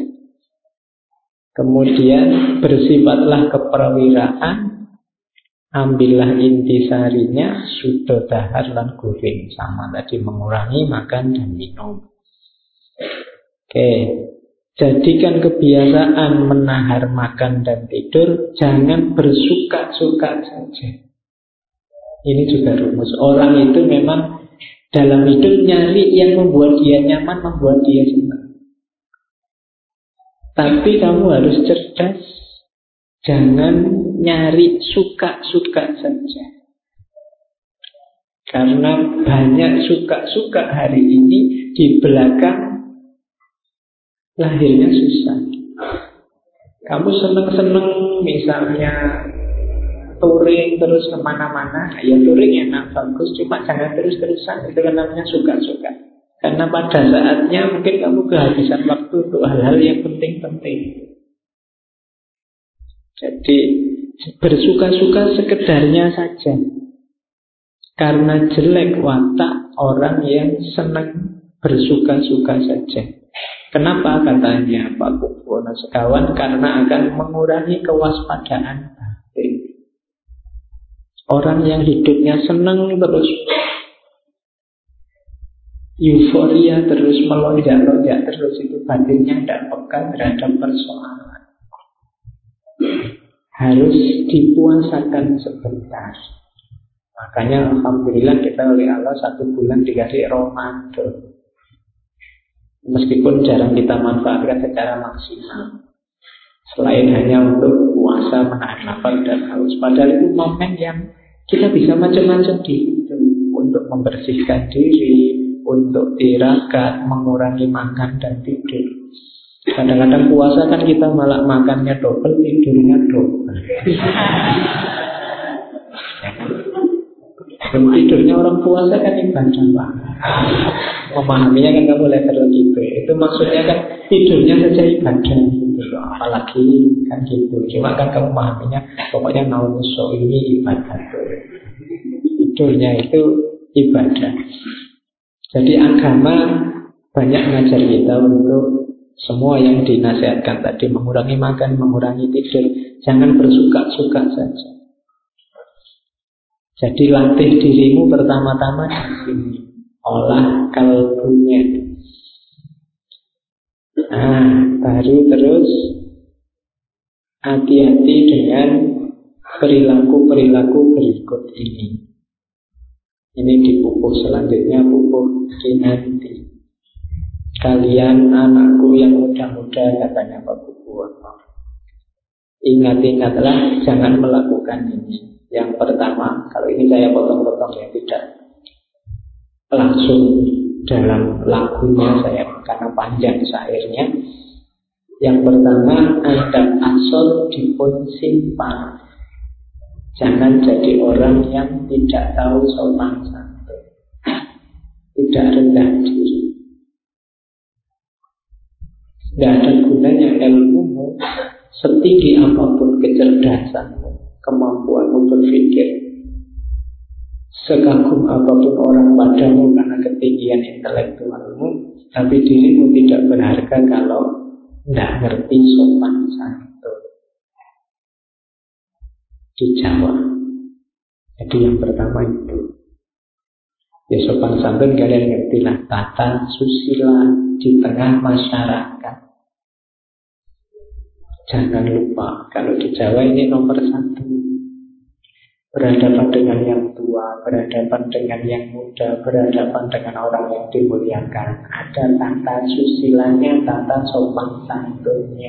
Kemudian bersifatlah keperwiraan, ambillah intisarinya, sudo dahar lan guring. Sama tadi, mengurangi makan dan minum. Oke, jadikan kebiasaan menahar makan dan tidur, jangan bersuka-suka saja. Ini juga rumus. Orang itu memang dalam hidup nyari yang membuat dia nyaman, membuat dia senang. Tapi kamu harus cerdas. Jangan nyari suka-suka saja. Karena banyak suka-suka hari ini, di belakang lahirnya susah. Kamu senang-senang misalnya touring terus kemana-mana, ya touring enak, bagus, cuma jangan terus-terusan. Itu kan namanya suka-suka. Karena pada saatnya mungkin kamu kehabisan waktu untuk hal-hal yang penting-penting. Jadi bersuka-suka sekedarnya saja. Karena jelek watak orang yang senang bersuka-suka saja. Kenapa katanya Pak Kubuwono Sekawan? Karena akan mengurangi kewaspadaan batin. Orang yang hidupnya senang terus, euforia terus, melonjak-lonjak terus, itu batinnya tidak peka terhadap persoalan. Harus dipuasakan sebentar. Makanya alhamdulillah kita oleh Allah satu bulan dikasih Ramadan. Meskipun jarang kita manfaatkan secara maksimal, selain hanya untuk puasa, menahan lapar dan haus. Padahal itu momen yang kita bisa macam-macam di situ. Untuk membersihkan diri, untuk tirakat, mengurangi makan dan tidur. Kadang-kadang puasa kan kita malah makannya double, tidurnya double. Dan tidurnya orang puasa kan ibadah banget. Memahaminya kan kamu level gitu. Itu maksudnya kan tidurnya saja ibadah gitu. Apalagi kan gitu. Cuma kan kamu memahaminya pokoknya nauso ini ibadah. Tidurnya itu ibadah. Jadi agama banyak ngajar kita untuk semua yang dinasihatkan tadi, mengurangi makan, mengurangi tidur, jangan bersuka-suka saja. Jadi latih dirimu pertama-tama di sini, olah kalbunya. Nah, baru terus hati-hati dengan perilaku-perilaku berikut ini. Ini di pupuk selanjutnya, pupuk kinanti. Kalian anakku yang muda-muda, katanya Pak Kubuwono, ingat-ingatlah jangan melakukan ini. Yang pertama, kalau ini saya potong-potong ya, tidak langsung dalam lagunya saya karena panjang syairnya. Yang pertama, adab asor dipun simpan. Jangan jadi orang yang tidak tahu sopan santun, tidak rendah diri. Tidak ada gunanya ilmumu, setinggi apapun kecerdasanmu, kemampuanmu berpikir, sekagum apapun orang padamu karena ketinggian intelektualmu, tapi dirimu tidak berharga kalau tidak ngerti sopan santun. Di Jawa. Jadi yang pertama itu, ya sopan santun kalian ngertilah, tata susila di tengah masyarakat. Jangan lupa, kalau di Jawa ini nomor satu, berhadapan dengan yang tua, berhadapan dengan yang muda, berhadapan dengan orang yang dimuliakan, ada tata susilanya, tata sopan santunnya.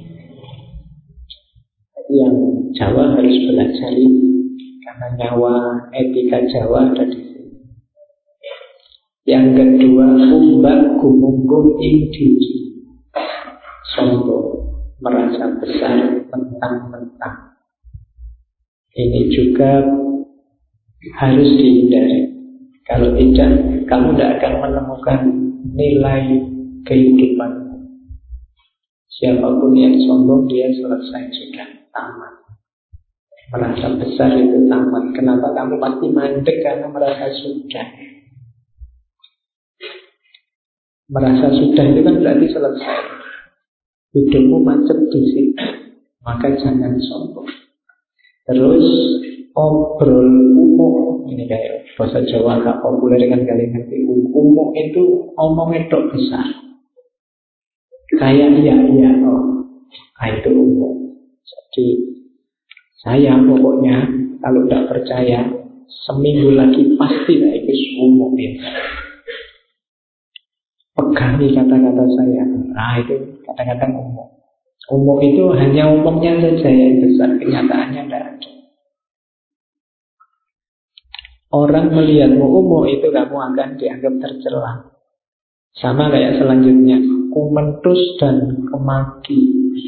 Yang Jawa harus belajar ini, karena nyawa etika Jawa ada di sini. Yang kedua, umbak gumunggung ing diri, sombong, merasa besar, mentang-mentang. Ini juga harus dihindari. Kalau tidak, kamu tidak akan menemukan nilai kehidupan. Siapapun yang sombong, dia selesai sudah, tamat. Merasa besar itu tamat. Kenapa kamu pasti mandek? Karena merasa sudah. Merasa sudah itu kan berarti selesai. Hidupmu macet di situ. Maka jangan sombong. Terus obrol umum. Ini kayak bahasa Jawa agak populer kan kalian ngerti. Umum itu omong itu besar. Kayak iya-iya. Oh, nah itu umum. Jadi saya pokoknya kalau tidak percaya seminggu lagi pasti lah itu umum ya. Pegangi kata-kata saya. Nah itu kata-kata umum. Umum itu hanya umumnya saja yang besar, kenyataannya tidak ada. Orang melihatmu umum itu kamu akan dianggap tercela. Sama kayak selanjutnya, kumentus dan kemaki.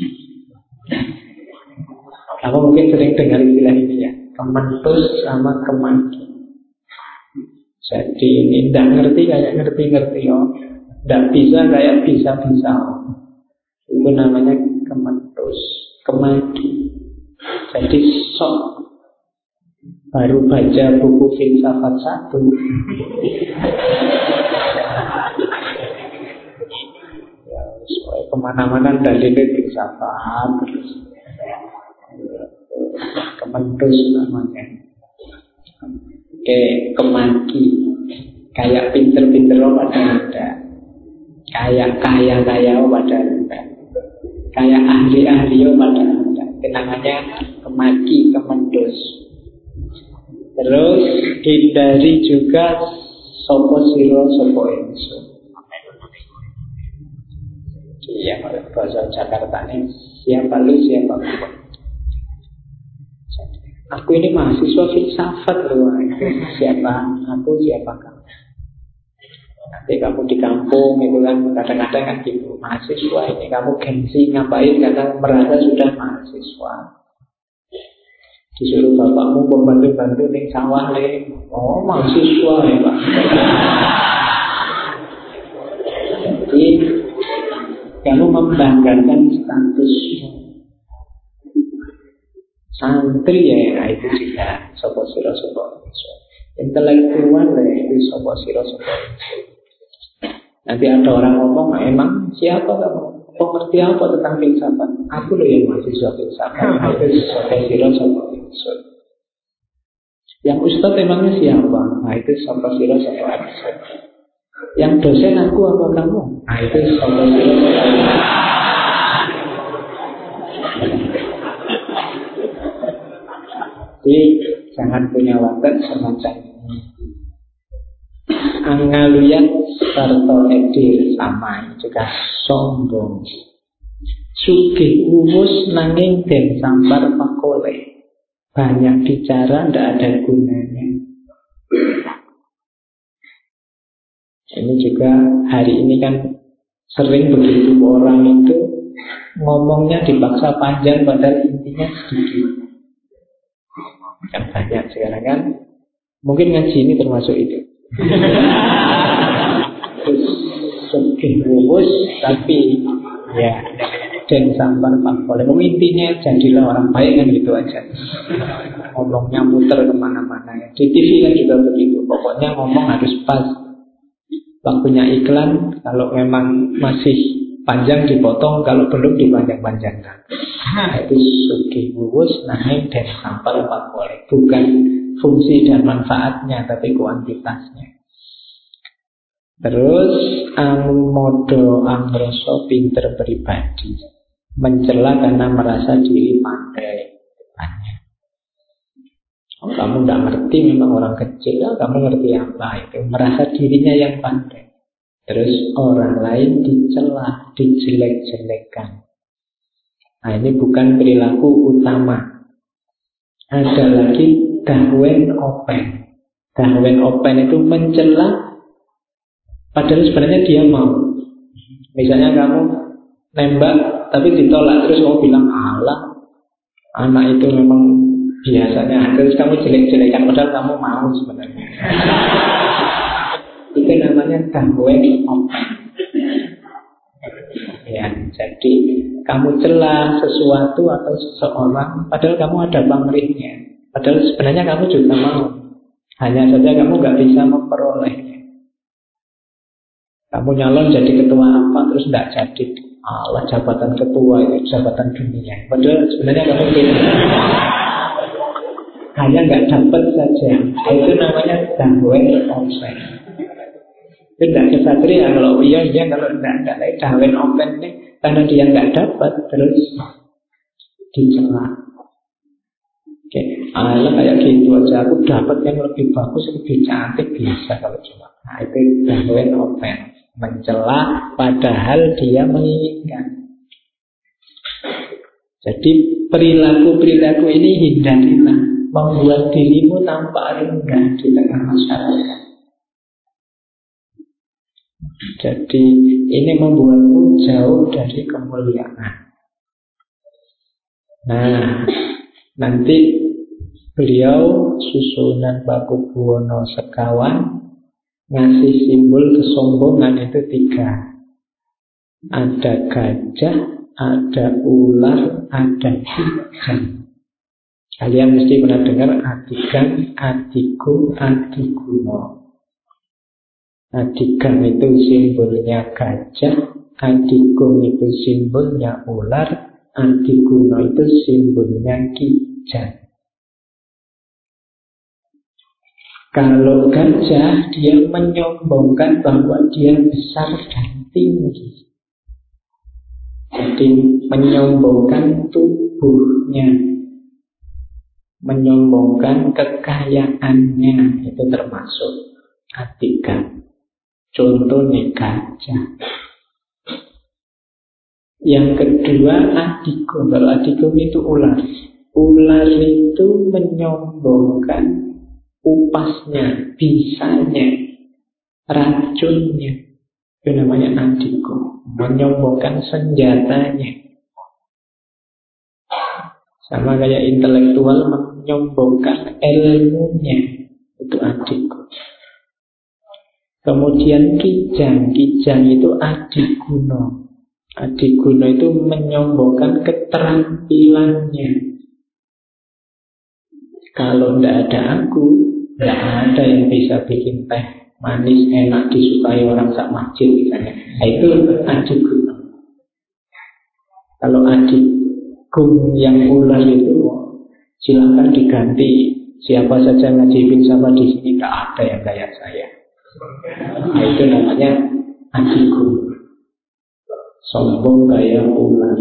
Kamu mungkin sering dengar istilah ini ya, kementus sama kemaki. Jadi ini tidak ngerti kayak ngerti-ngerti oh. Tidak bisa kayak bisa-bisa oh. Itu namanya kementus, kemaki. Jadi sok baru baca buku filsafat satu ya, soalnya kemana-mana dalilnya filsafat terus kementus namanya. Oke, kemaki. Kayak pinter-pinter oh padahal enggak. Kayak kaya-kaya oh padahal enggak. Kayak ahli-ahli oh padahal enggak. Kenangannya kemaki, kementus. Terus hindari juga sopo siro sopo insun. Iya, bahasa Jakarta ini siapa lu siapa aku. Aku ini mahasiswa filsafat loh. Siapa aku siapa kamu. Nanti kamu di kampung itu kan kadang-kadang kan gitu. Mahasiswa ini kamu gengsi ngapain karena merasa sudah mahasiswa. Disuruh bapakmu membantu-bantu ning sawah le. Oh, mahasiswa ya, Pak. Jadi kamu membanggakan statusmu. Santri ya, itu juga sopo siro sopo insun. Intelektual ya, itu sopo siro sopo insun. Nanti ada orang ngomong, emang siapa kamu? Kau ngerti apa tentang filsafat? Aku loh yang mahasiswa filsafat. Itu sopo siro sopo insun. Yang ustadz emangnya siapa? Nah itu sopo siro sopo insun. Yang dosen aku apa kamu? Nah itu sopo siro sopo insun. Jadi jangan punya watak semacam ini. Angaluyat sarto edir sama juga sombong. Sugih umus nanging den sampar pakole. Banyak bicara ndak ada gunanya. Ini juga hari ini kan sering begitu orang itu ngomongnya dipaksa panjang padahal intinya sedikit. Kan banyak sekarang kan. Mungkin ngaji ini termasuk itu. Terus sugih rumus tapi ya dan sampar pakole. Intinya jadilah orang baik kan gitu aja. Ngomongnya muter kemana-mana ya. Di T V kan juga begitu. Pokoknya ngomong harus pas. Waktunya iklan kalau memang masih panjang dipotong, kalau belum dipanjang-panjangkan. Nah, itu sugih wuwus nanging dan sampar pakole. Bukan fungsi dan manfaatnya, tapi kuantitasnya. Terus amodo amroso pinter pribadi, mencela karena merasa diri pandai. Oh, kamu tidak ngerti, memang orang kecil ya, kamu ngerti apa itu, merasa dirinya yang pandai. Terus orang lain dicela, dijelek-jelekan. Nah ini bukan perilaku utama. Ada lagi dahwen open. Dahwen open itu mencela padahal sebenarnya dia mau. Misalnya kamu nembak tapi ditolak, terus kamu bilang alah anak itu memang biasanya, terus kamu jelek-jelekan padahal kamu mau sebenarnya. Itu namanya dahwen open. Ya, jadi kamu celah sesuatu atau seseorang, padahal kamu ada pamrihnya. Padahal sebenarnya kamu juga mau. Hanya saja kamu nggak bisa memperolehnya. Kamu nyalon jadi ketua apa, terus nggak jadi. Allah, jabatan ketua itu jabatan dunia. Padahal sebenarnya kamu tidak. Hanya nggak dapat saja. Itu namanya dahwen open. Itu tidak kesatria. Kalau iya iya, kalau tidak tidak lagi dahwen open nih, karena dia nggak dapat terus dicela. Oke, Allah kayak gitu aja. Aku dapat yang lebih bagus, lebih cantik bisa kalau cuma. Nah itu dahwen open, mencela padahal dia menginginkan. Jadi perilaku-perilaku ini hindarilah, membuat dirimu tampak rendah di tengah masyarakat. Jadi ini membuatmu jauh dari kemuliaan. Nah, nanti beliau susunan Pakubuwono sekawan ngasih simbol kesombongan itu tiga. Ada gajah, ada ular, ada kijang. Kalian mesti pernah dengar Adigang, Adigung, Adiguno. Adigang itu simbolnya gajah, Adigung itu simbolnya ular, Adiguno itu simbolnya kijang. Kalau gajah, dia menyombongkan bahwa dia besar dan tinggi. Jadi menyombongkan tubuhnya, menyombongkan kekayaannya, itu termasuk Adigang. Contohnya gajah. Yang kedua Adigung. Kalau Adigung itu ular. Ular itu menyombongkan upasnya, bisanya, racunnya. Itu namanya Adigung. Menyombongkan senjatanya. Sama kayak intelektual menyombongkan ilmunya. Itu Adigung. Kemudian kijang. Kijang itu Adiguno. Adiguno itu menyombongkan keterampilannya. Kalau tidak ada aku, tidak ada yang bisa bikin teh manis, enak, disukai orang sak masjid misalnya. Nah, itu Adiguno. Kalau Adigung yang ular itu, silakan diganti. Siapa saja ngaji filsafat di sini, tidak ada yang kayak saya. Nah, itu namanya Adigung. Sombong kayak ular.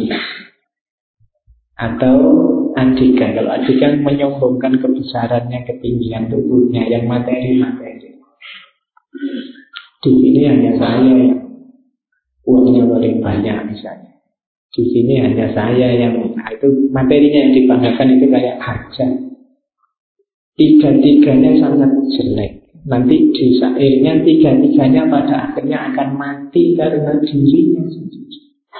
Atau Adigang. Kalau Adigang menyombongkan kebesarannya, ketinggian tubuhnya, yang materi-materi. Di sini hanya saya yang uangnya paling banyak misalnya. Di sini hanya saya yang, nah itu materinya yang dibanggakan itu kayak gajah. Tiga-tiganya sangat jelek. Nanti di akhirnya tiga-tiganya pada akhirnya akan mati karena dirinya sendiri.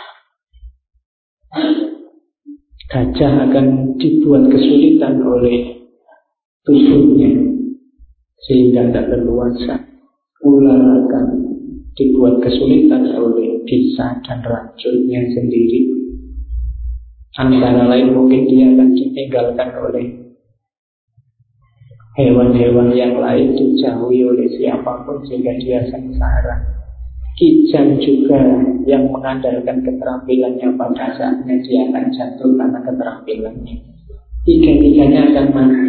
Gajah akan dibuat kesulitan oleh tubuhnya sehingga tidak leluasa. Ular akan dibuat kesulitan oleh bisa dan racunnya sendiri. Antara lain mungkin dia akan ditinggalkan oleh hewan-hewan yang lain, dijauhi oleh siapapun sehingga dia sengsara. Kijang juga yang mengandalkan keterampilannya, pada saatnya dia akan jatuh karena keterampilannya. Tiga-tiganya akan mati.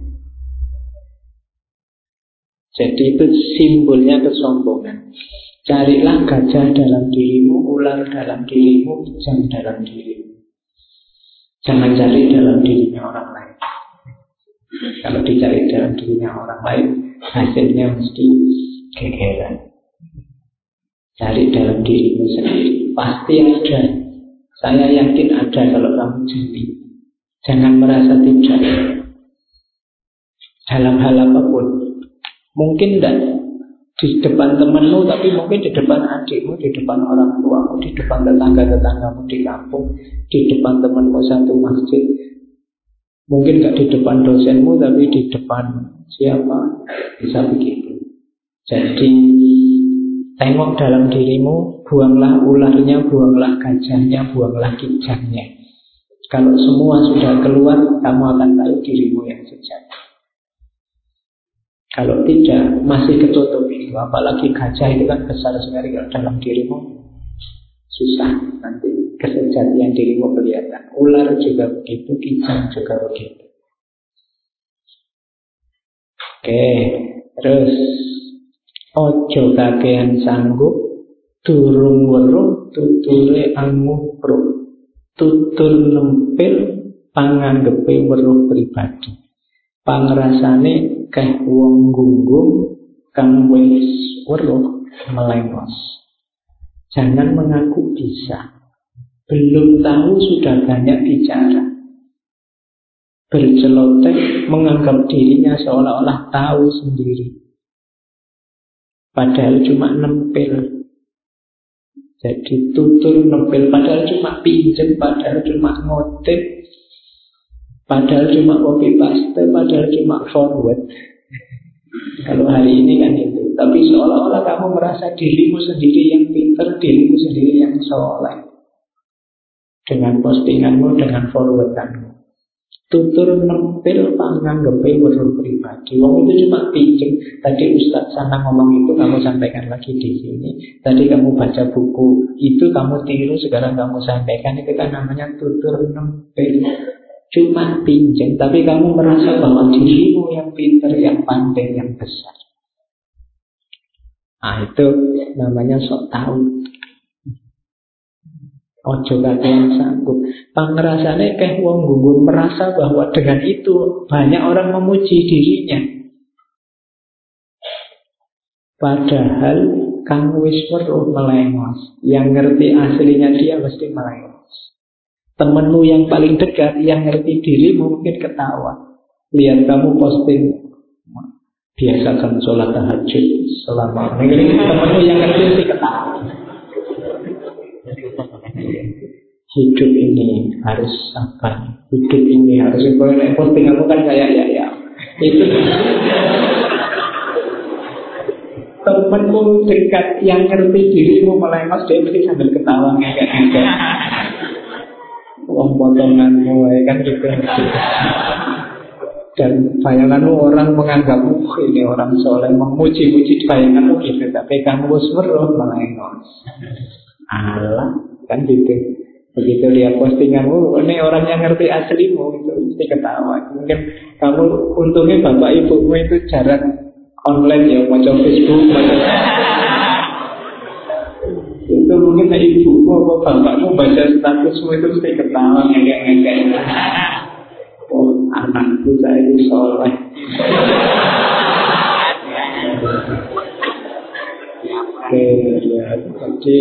Jadi itu simbolnya kesombongan. Carilah gajah dalam dirimu, ular dalam dirimu, kijang dalam dirimu. Jangan cari dalam dirinya orang lain. Kalau dicari dalam dirinya orang lain, hasilnya mesti gegeran. Cari dalam dirimu sendiri. Pasti ada. Saya yakin ada kalau kamu jeli. Jangan merasa tidak. Dalam hal apapun. Mungkin tidak di depan temanmu, tapi mungkin di depan adikmu, di depan orang tuamu, di depan tetangga-tetanggamu di kampung, di depan temanmu satu masjid. Mungkin tidak di depan dosenmu, tapi di depan siapa. Bisa begitu. Jadi tengok dalam dirimu, buanglah ularnya, buanglah gajahnya, buanglah kijangnya. Kalau semua sudah keluar, kamu akan tahu dirimu yang sejati. Kalau tidak, masih ketutup itu. Apalagi gajah itu kan besar sekali. Kalau dalam dirimu, susah nanti kesejatian dirimu kelihatan. Ular juga begitu, kijang juga begitu. Oke, terus ojo kakean sanggup, durung weruh tuture angupro, tutur nempil panganggepe weruh pribadi. Pangrasane keh wong gunggung kang wis weruh melengos. Jangan mengaku bisa. Belum tahu sudah banyak bicara. Berceloteh menganggap dirinya seolah-olah tahu sendiri. Padahal cuma nempel. Jadi tutur nempel. Padahal cuma pinjem. Padahal cuma ngotip. Padahal cuma copy paste. Padahal cuma forward. Kalau hari ini kan itu. Tapi seolah-olah kamu merasa dirimu sendiri yang pintar, dirimu sendiri yang soleh. Dengan postinganmu, dengan forwardanmu. Tutur nempel panganggepe weruh pribadi. Wong itu cuma pinjem. Tadi Ustaz sana ngomong itu, kamu sampaikan lagi di sini. Tadi kamu baca buku itu, kamu tiru, sekarang kamu sampaikan. Itu kan namanya tutur nempel. Cuma pinjem, tapi kamu merasa bahwa dirimu yang pintar, yang pandai, yang besar. Nah itu namanya sok tahu. Ojo kakean sanggup. Pangrasane keh wong gunggung, merasa bahwa dengan itu banyak orang memuji dirinya. Padahal kang wis weruh melengos. Yang ngerti aslinya dia mesti melengos. Temenmu yang paling dekat, yang ngerti dirimu mungkin ketawa. Lihat kamu posting, biasakan sholat tahajud selama ini. Temenmu yang ngerti mesti ketawa. Hidup ini harus sabar. Hidup ini harus boleh posting aku kan kayak ya ya. Itu temenmu dekat yang ngerti dirimu melengos, dia mesti sambil ketawa ngekek-ngekek. Wong potonganmu ya kan gitu. Dan bayanganmu orang menganggapmu ini orang soleh, memuji-muji bayanganmu gitu. Tapi kamu weruh melengos. Alah, kan gitu. Begitu lihat postinganmu, ini orang yang ngerti aslimu itu mesti ketawa. Mungkin kamu untungnya bapak ibumu itu jarang online ya, macam Facebook, macam itu mungkin ibumu atau bapakmu baca statusmu itu mesti ketawa ngekek-ngekek. Oh, anakku saya itu soleh. Oke, ya, jadi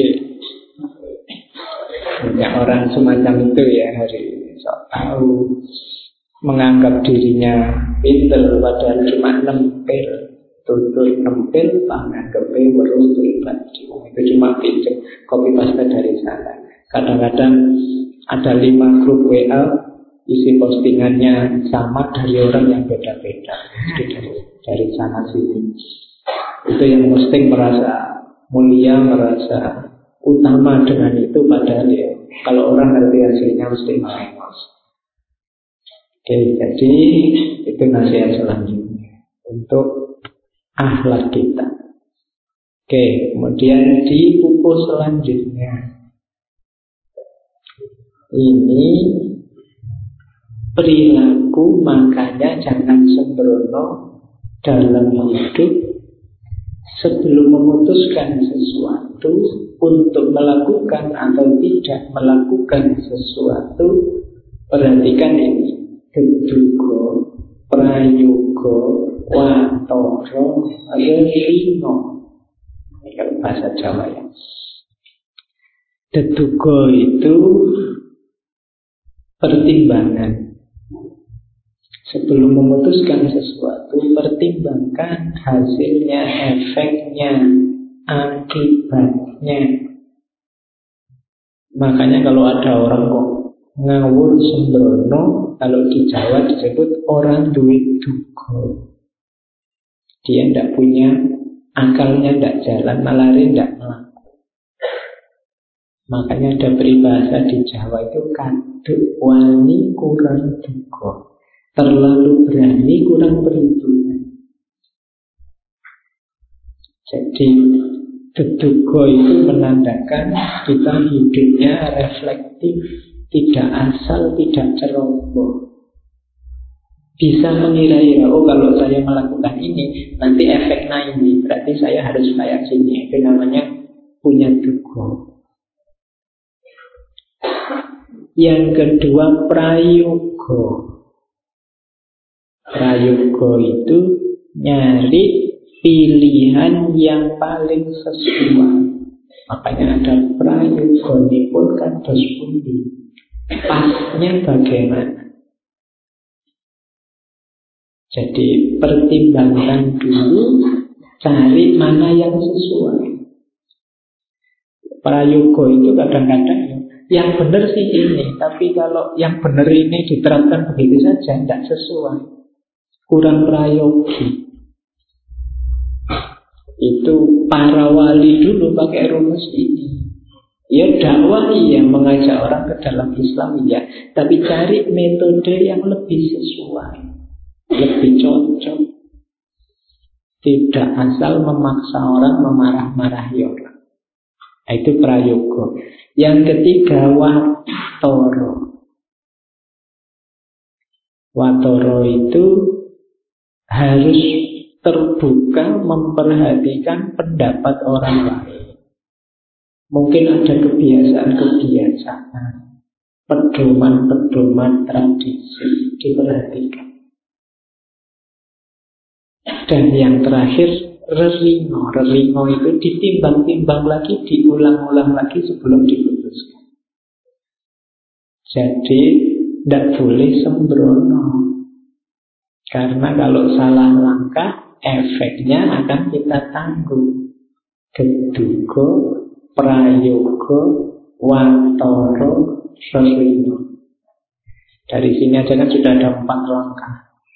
banyak orang semacam itu ya hari ini. Sok tahu, menganggap dirinya pintar padahal cuma nempel. Tutur nempel panganggepe weruh pribadi. Itu cuma pinjam copy paste dari sana. Kadang-kadang ada lima grup W A, isi postingannya sama dari orang yang beda-beda. Jadi dari, dari sana sini. Itu yang mesti merasa mulia, merasa utama dengan itu, padahal ya kalau orang ngerti hasilnya mesti melengos. Oke, jadi itu nasihat selanjutnya untuk akhlak kita. Oke, kemudian di buku selanjutnya ini perilaku, makanya jangan sembrono dalam hidup. Sebelum memutuskan sesuatu untuk melakukan atau tidak melakukan sesuatu, perhatikan ini. Keduga, prayoga, watoro, lino. Ini kalau bahasa Jawa ya. Keduga itu pertimbangan. Sebelum memutuskan sesuatu, pertimbangkan hasilnya, efeknya, akibatnya. Makanya kalau ada orang kok ngawur sembrono, kalau di Jawa disebut orang duit duga. Dia tidak punya akalnya, tidak jalan, malah tidak melaku. Makanya ada peribahasa di Jawa itu kaduk wani kurang duga, terlalu berani kurang perhitungan. Jadi duga itu menandakan kita hidupnya reflektif, tidak asal, tidak ceroboh. Bisa mengira-ira, oh kalau saya melakukan ini nanti efeknya ini, berarti saya harus kayak gini. Itu namanya punya duga. Yang kedua prayoga. Prayoga itu nyari pilihan yang paling sesuai. Makanya ada prayoga nipun kados pundi. Pasnya bagaimana? Jadi pertimbangkan dulu, cari mana yang sesuai. Prayoga itu kadang-kadang yang benar sih ini, tapi kalau yang benar ini diterapkan begitu saja, tidak sesuai, kurang prayogi. Itu para wali dulu pakai rumus ini. Ya dakwah iya, mengajak orang ke dalam Islam iya, tapi cari metode yang lebih sesuai, lebih cocok. Tidak asal memaksa orang, memarah-marahi orang. Itu prayoga. Yang ketiga watoro. Watoro itu harus terbuka memperhatikan pendapat orang lain. Mungkin ada kebiasaan-kebiasaan, pedoman-pedoman tradisi diperhatikan. Dan yang terakhir relingo. Relingo itu ditimbang-timbang lagi, diulang-ulang lagi sebelum diputuskan. Jadi tidak boleh sembrono. Karena kalau salah langkah, efeknya akan kita tanggung. Keduga, prayoga, watoro, relingo. Dari sini aja kan sudah ada empat langkah.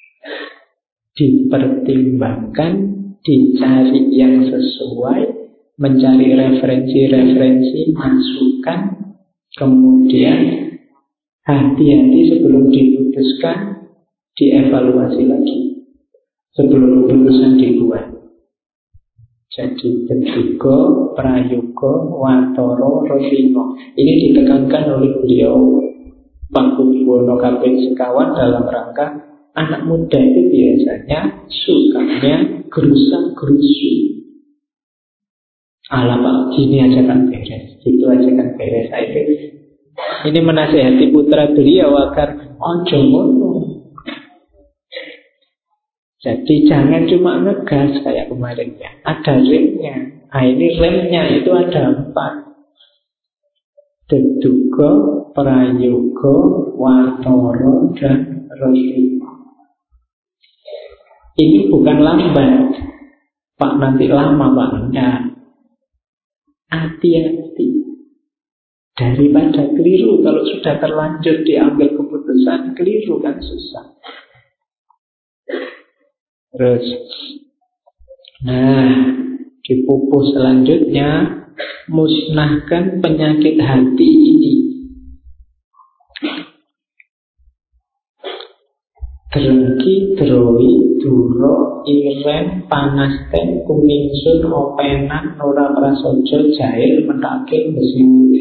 Dipertimbangkan, dicari yang sesuai, mencari referensi-referensi, masukan, kemudian hati-hati sebelum diputuskan, dievaluasi lagi sebelum keputusan dibuat. Jadi keduga, prayoga, watoro, relingo. Ini ditekankan oleh beliau Pak Buwono Kaping Sekawan dalam rangka anak muda itu biasanya sukanya gerusa-gerusu. Alah Pak, gini aja kan beres, gitu aja kan beres. Itu ini menasihati putra beliau agar ojo ngono. Jadi jangan cuma ngegas kayak kemarin ya. Ada remnya. Nah ini remnya itu ada empat. Keduga, prayoga, watoro, dan relingo. Ini bukan lambat, Pak, nanti lama Pak. Enggak. Hati-hati. Daripada keliru, kalau sudah terlanjur diambil keputusan, keliru kan susah. Terus, nah, dipupus selanjutnya, musnahkan penyakit hati ini. Drengki, droi, duro, irem, panasten, kuningsun, openan, ora prasojo, jahil, menake, besi.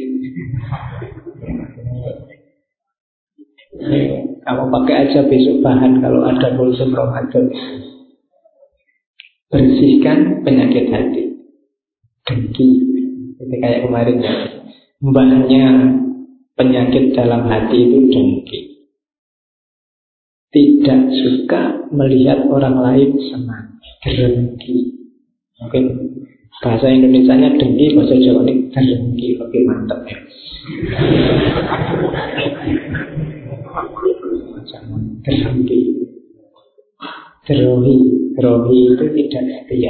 Kamu pakai aja besok bahan kalau ada kulsum Ramadan. Bersihkan penyakit hati. Dengki. Itu kayak kemarin ya. Mbahnya penyakit dalam hati itu dengki. Tidak suka melihat orang lain senang. Dengki. Mungkin bahasa Indonesianya dengki, bahasa Jawa ini dengki. Lebih mantap ya. Dengki. Drohi. Drohi itu tidak setia.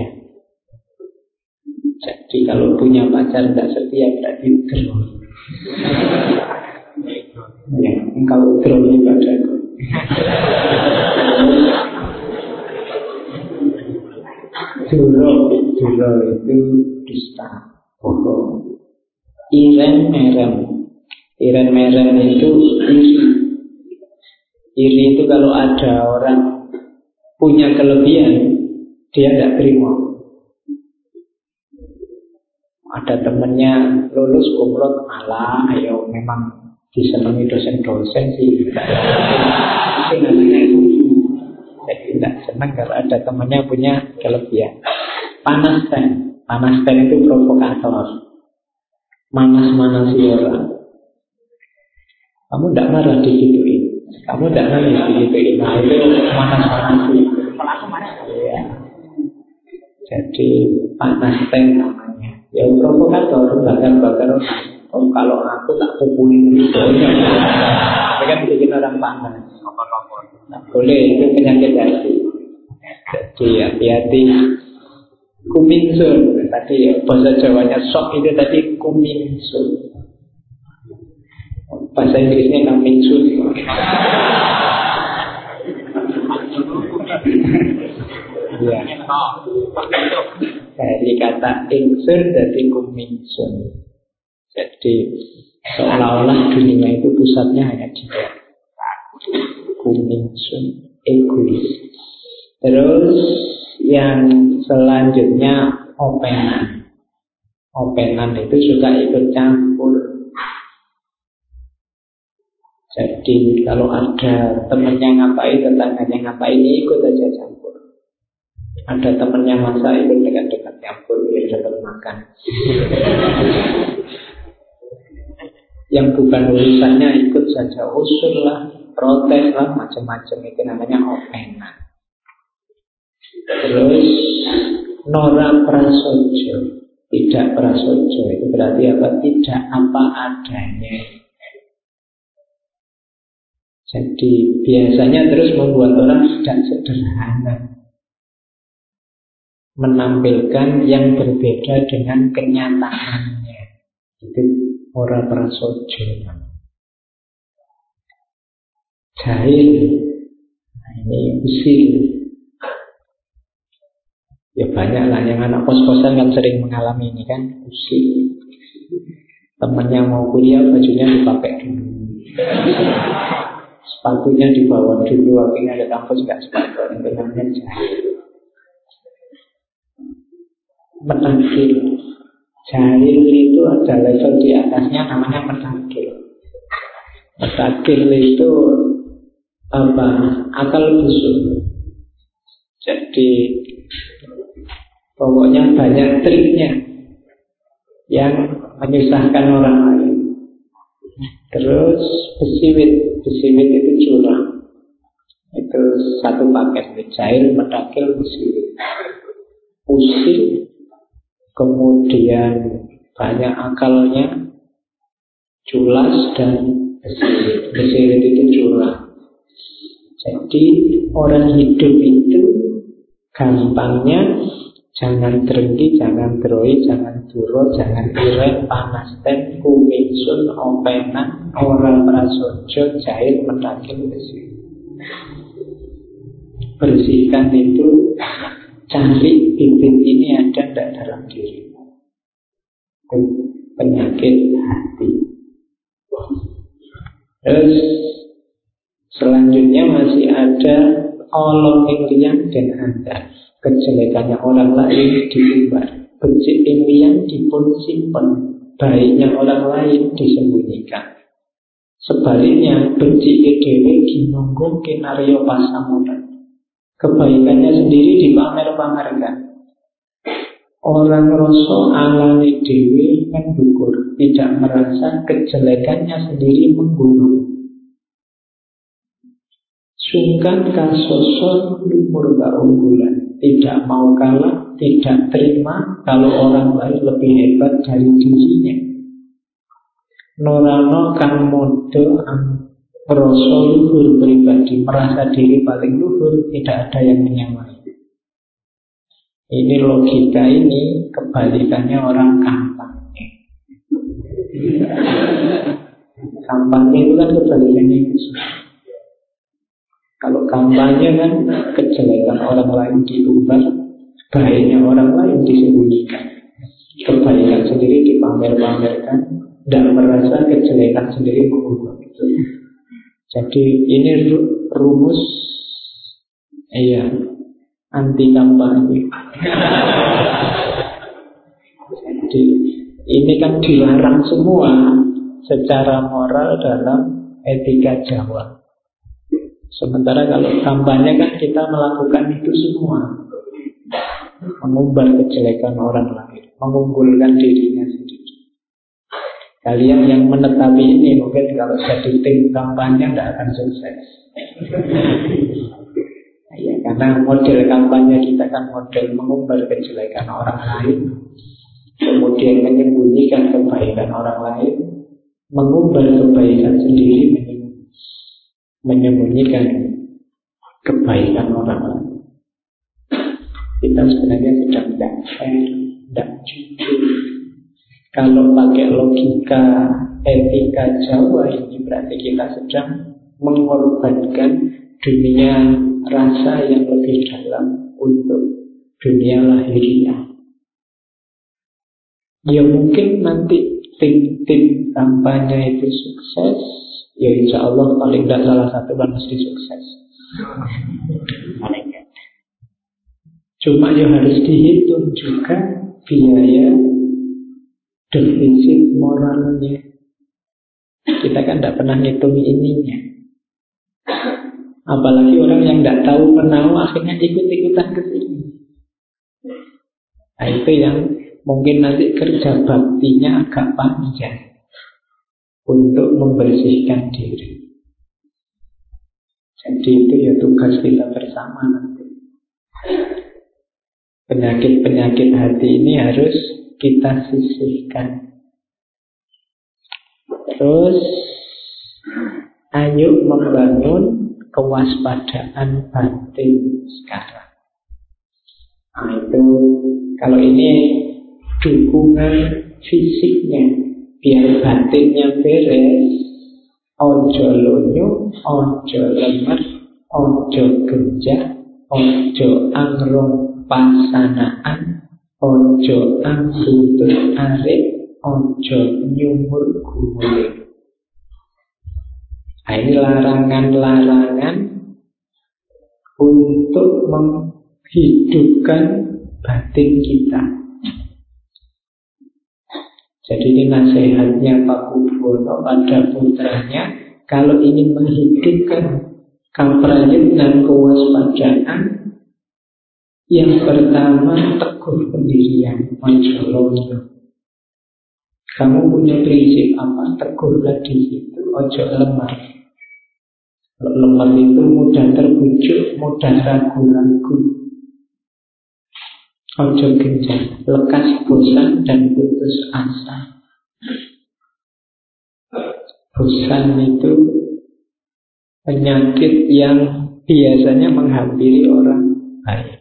Jadi kalau punya pacar tidak setia berarti drohi. Ya, kalau drohi padaku. Duro, duro itu dusta, bohong. iren merem. Iren merem itu iri. Iri itu kalau ada orang punya kelebihan, dia tidak terima. Ada temennya lulus kumlot, alah, ayo memang disenangi dosen-dosen sih. Itu namanya itu. Jadi tidak senang kalau ada temennya punya kelebihan. Panaskan, panaskan itu provokator. Manas-manasi orang. Kamu tidak marah digituin, kamu tidak nangis digituin. Nah itu manas-manasi. Ya. Jadi panaskan namanya. Ya provokator, bakar-bakar orang. Oh, kalau aku tak pukulin itu, itu kan bikin orang panas. Nah, boleh, itu penyakit hati. Jadi hati-hati. Kuminsun tadi ya, bahasa Jawanya shock itu tadi kuminsun. Bahasa Inggrisnya kaminsun. Ya. Dari kata ingsun dari kuminsun. Jadi seolah-olah dunia itu pusatnya hanya dia. Kuminsun, egois. Terus yang selanjutnya openan. Openan itu juga ikut campur. Jadi kalau ada temennya ngapain, tetangganya ngapain, ikut aja campur. Ada temennya masak, ikut dekat-dekat campur biar dapat makan. Yang bukan urusannya ikut saja, usul lah, protes lah, macam-macam. Itu namanya openan. Terus nora prasojo, tidak prasojo, itu berarti apa? Tidak apa adanya. Jadi biasanya terus membuat orang tidak sederhana, menampilkan yang berbeda dengan kenyataannya. Itu ora prasojo. Jahil, nah ini usil. Ya banyak lah yang anak kos-kosan kan sering mengalami ini kan, usil. Temannya mau kuliah, bajunya dipakai dulu, sepatunya dibawa dulu, akhirnya ada kampus nggak sepatu, itu namanya jahil. Menakil. Jahil itu ada level di atasnya, namanya menakil. Menakil itu apa? Akal busuk. Jadi pokoknya banyak triknya yang menyusahkan orang lain. Terus besiwit, besiwit itu curang. Itu satu paket, jahil, menakil, besiwit. Usil, kemudian banyak akalnya, culas, dan besiwit. Besiwit itu curang. Jadi orang hidup itu gampangnya jangan drengki, jangan droi, jangan duro, jangan iren, panasten, kuminsun, openan, ora prasojo, jahil, menakil, besiwit. Bersihkan itu, cari bibit ini ada tidak dalam dirimu. Penyakit hati. Terus selanjutnya masih ada olong liang dan anda. Kejelekannya orang lain diumbar, becik liang dipun simpen, baiknya orang lain disembunyikan. Sebaliknya becik dewe ginunggung kinario pasamunan, kebaikannya sendiri dipamer-pamerkan. Orang rasa alane dewe mendukur, tidak merasa kejelekannya sendiri menggunung. Sungkan kasoson lumur keunggulan, tidak mau kalah, tidak terima kalau orang lain lebih hebat dari dirinya. Norano kang modo merasa luhur pribadi, merasa diri paling luhur, tidak ada yang menyamai. Ini logika ini kebalikannya orang kampanye. Kampanye itu kan kebalikannya itu. Kalau kampanye kan kejelekan orang lain diumbar, baiknya orang lain disembunyikan. Kebaikan sendiri dipamer-pamerkan, kejelekan sendiri membunuh. Jadi ini rumus, iya, anti kampanye. Jadi ini kan dilarang semua secara moral dalam etika Jawa. Sementara kalau kampanye kan kita melakukan itu semua, mengumbar kejelekan orang lain, mengunggulkan dirinya sendiri. Kalian yang menetapi ini mungkin kalau jadi tim kampanye tidak akan sukses. Ya, karena model kampanye kita kan model mengumbar kejelekan orang lain, kemudian menyembunyikan kebaikan orang lain, mengumbar kebaikan sendiri, menyembunyikan kebaikan orang lain. Kita sebenarnya sedang tidak fair, tidak jujur. Kalau pakai logika etika Jawa ini berarti kita sedang mengorbankan dunia rasa yang lebih dalam untuk dunia lahiriah. Ya mungkin nanti tim-tim kampanye itu sukses, ya insya Allah paling tidak salah satu kan mesti sukses. Cuma ya harus dihitung juga biaya defisit moralnya. Kita kan tidak pernah ngitung ininya. Apalagi orang yang tidak tahu menahu akhirnya ikut-ikutan ke sini. Nah itu yang mungkin nanti kerja baktinya agak panjang untuk membersihkan diri. Jadi itu ya tugas kita bersama nanti. Penyakit-penyakit hati ini harus kita sisihkan. Terus ayo membangun kewaspadaan batin sekarang. Nah itu, kalau ini dukungan fisiknya, biar batinnya beres. Ojo lonyo, ojo lemah, ojo genjah, ojo angrong pasanaan, ojo angsutur arek, ojo nyumur gumuling. Nah, ini larangan-larangan untuk menghidupkan batin kita. Jadi ini nasihatnya Pak Kubono pada putranya, kalau ingin menghidupkan kampanye dan kewaspadaan, yang pertama teguh pendirian, manjolonyo. Kamu punya prinsip apa? Teguhlah di situ, ojo lemah. Lemah itu mudah terbujuk, mudah ragu-ragu. Ojo genjang, lekas bosan dan putus asa. Bosan itu penyakit yang biasanya menghampiri orang baik.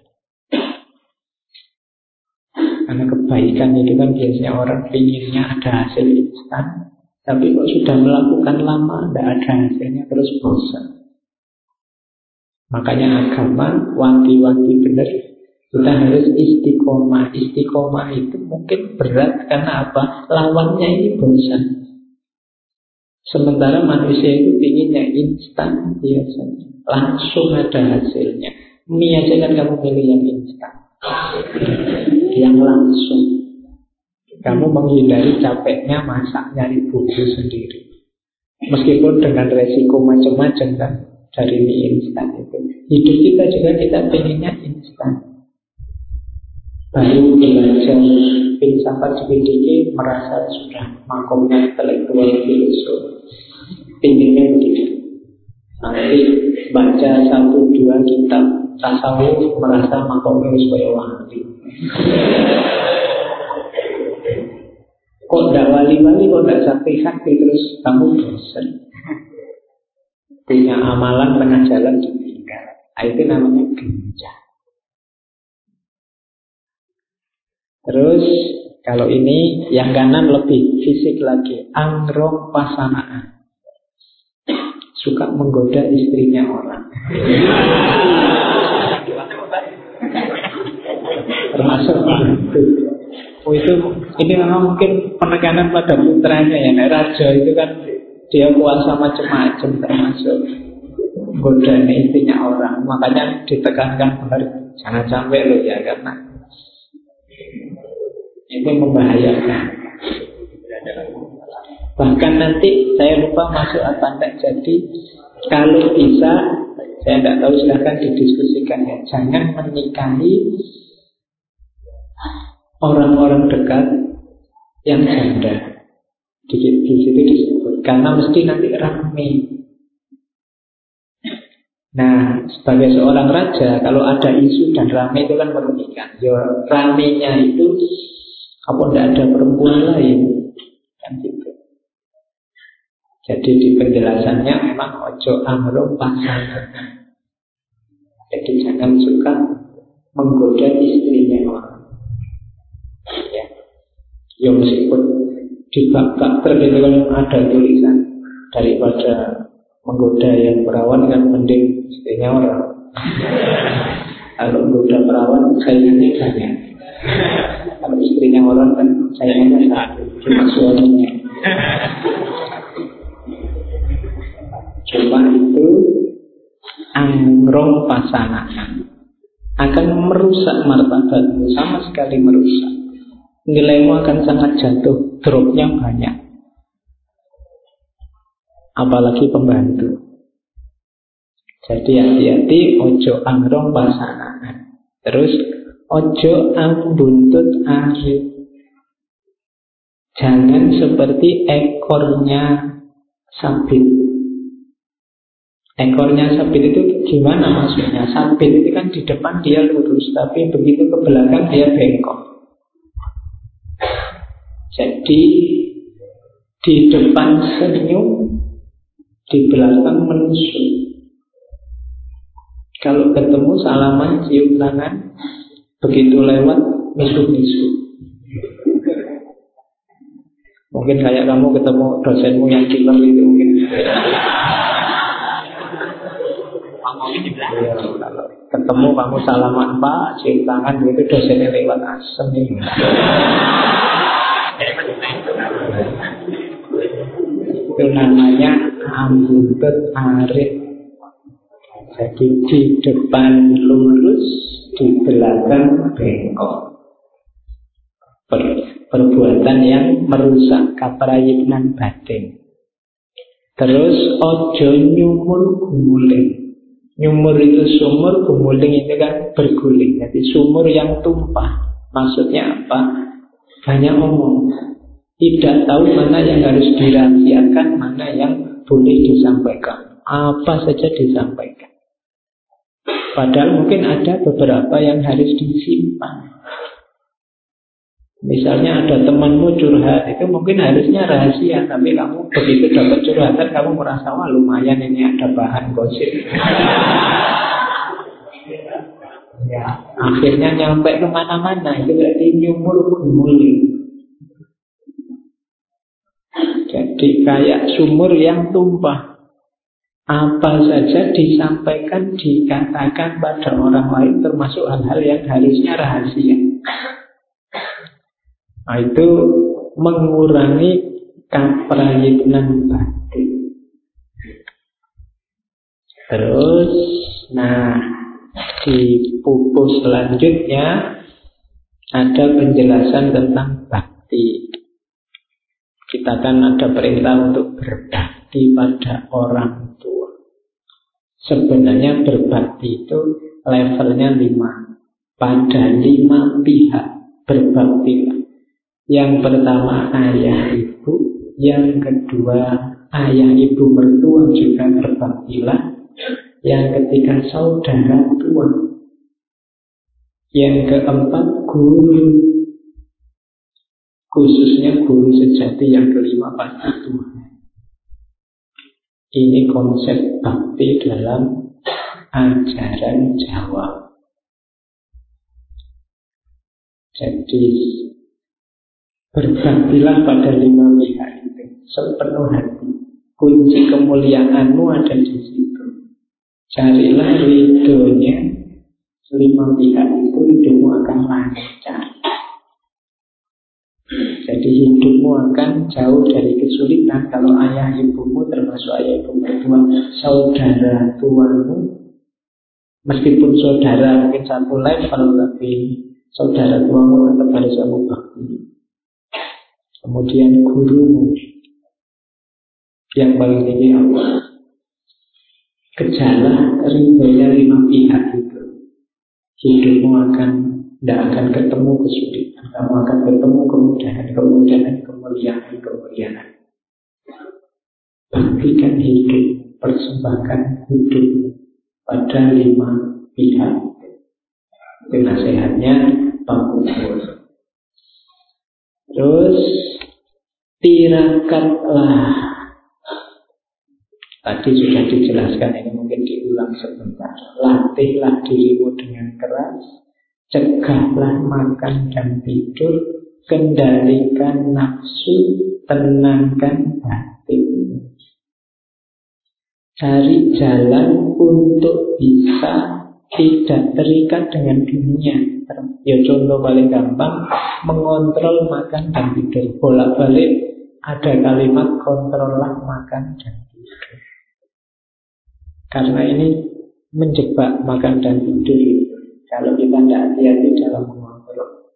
Karena kebaikan itu kan biasanya orang pinginnya ada hasil instan, tapi kok sudah melakukan lama tidak ada hasilnya, terus bosan. Makanya agama wanti-wanti benar, kita harus istiqomah. Istiqomah itu mungkin berat karena apa? Lawannya ini bosan. Sementara manusia itu pinginnya instan biasanya, langsung ada hasilnya. Mie aja kan kamu pilih yang instan, yang langsung. Kamu menghindari capeknya masak, nyari bumbu sendiri. Meskipun dengan resiko macam-macam kan dari mie instan itu. Hidup kita juga kita pengennya instan. Baru belajar filsafat sedikit merasa sudah makomnya intelektual filosof. Pengennya begitu. Nanti baca satu dua kitab tasawuf merasa makomnya supaya wali. Kok tidak wali-wali, kok tidak sakti-sakti, terus kamu bosan. Punya amalan tengah jalan ditinggal. Itu namanya genjah. Terus kalau ini yang kanan lebih fisik lagi, angrong pasanaan. Suka menggoda istrinya orang. Termasuk itu. Oh itu, ini memang mungkin penekanan pada putranya ya. Nah, raja itu kan dia kuasa macam-macam, termasuk godaan intinya orang. Makanya ditekankan benar, jangan sampai lo ya, karena itu membahayakan. Bahkan nanti saya lupa masuk apa enggak. Jadi kalau bisa, saya tidak tahu, silahkan didiskusikan ya. Jangan menikahi orang-orang dekat yang janda. Di, di situ disebut, karena mesti nanti ramai. Nah, sebagai seorang raja, kalau ada isu dan ramai itu kan merugikan. Ya, ramainya itu apa tidak ada perempuan lain, kan gitu. Jadi di penjelasannya memang ojo amro pasangan. Jadi jangan suka menggoda istrinya orang. Ya, ya meskipun di bab-bab tertentu ada tulisan daripada menggoda yang perawan kan mending istrinya orang. Kalau menggoda perawan saingannya banyak. Kalau istrinya orang kan saingannya satu, cuma suaminya. Cuma itu angrong pasangan akan merusak martabatmu, sama sekali merusak. Nilaimu akan sangat jatuh, dropnya banyak. Apalagi pembantu. Jadi hati-hati, ojo angrong pasangan. Terus ojo ambuntut arit. Jangan seperti ekornya sabit. Ekornya sabit itu gimana maksudnya? Sabit itu kan di depan dia lurus, tapi begitu ke belakang dia bengkok. Jadi di depan senyum, di belakang menusuk. Kalau ketemu salaman, cium tangan, begitu lewat misu-misu. Mungkin kayak kamu ketemu dosenmu yang killer itu mungkin. Ya, kalau ketemu kamu salaman Pak, cium tangan, itu dosennya lewat asem nih. Itu namanya ambuntut arit. Jadi di depan lurus, di belakang bengkok. Per, perbuatan yang merusak kaprayitnan batin. Terus ojo nyumur gumuling. Nyumur itu sumur, gumuling itu kan berguling. Jadi sumur yang tumpah. Maksudnya apa? Banyak omong, tidak tahu mana yang harus dirahasiakan, mana yang boleh disampaikan. Apa saja disampaikan. Padahal mungkin ada beberapa yang harus disimpan. Misalnya ada temanmu curhat, itu mungkin harusnya rahasia, tapi kamu begitu dapat curhatan, kamu merasa wah lumayan ini ada bahan gosip. Ya, akhirnya nyampe kemana-mana. Itu berarti nyumur gumuling. Jadi kayak sumur yang tumpah. Apa saja disampaikan, dikatakan pada orang lain, termasuk hal-hal yang harusnya rahasia. Nah, itu mengurangi kaprayitnan batin. Terus, nah, di buku selanjutnya ada penjelasan tentang bakti. Kita kan ada perintah untuk berbakti pada orang tua. Sebenarnya berbakti itu levelnya lima. Pada lima pihak berbaktilah. Yang pertama ayah ibu, yang kedua ayah ibu mertua juga berbaktilah. Yang ketiga saudara tua. Yang keempat guru, khususnya guru sejati. Yang kelima pasti Tuhan. Ini konsep bakti dalam ajaran Jawa. Jadi berbaktilah pada lima pihak itu sepenuh hati. Kunci kemuliaanmu ada di situ. Carilah ridhonya lima pihak itu, hidupmu akan lancar. Jadi hidupmu akan jauh dari kesulitan kalau ayah ibumu, termasuk ayah ibu mertua, saudara tuamu, meskipun saudara mungkin satu level, tapi saudara tuamu tetap harus kamu bakti. Kemudian gurumu yang paling tinggi Allah. Gejala ridhonya lima pihak itu, hidupmu akan tidak akan ketemu kesulitan, kamu akan ketemu kemudahan, kemudahan, kemuliaan, kemuliaan. Baktikan hidup, persembahkan hidup pada lima pihak. Itu nasihatnya Pak Kubur. Terus tirakatlah. Tadi sudah dijelaskan, ini mungkin diulang sebentar. Latihlah dirimu dengan keras, cegahlah makan dan tidur, kendalikan nafsu, tenangkan batin. Cari jalan untuk bisa tidak terikat dengan dunia. Ya contoh paling gampang, mengontrol makan dan tidur. Bolak-balik ada kalimat kontrollah makan dan tidur. Karena ini menjebak makan dan tidur itu. Kalau kita tidak hati-hati dalam mengontrol.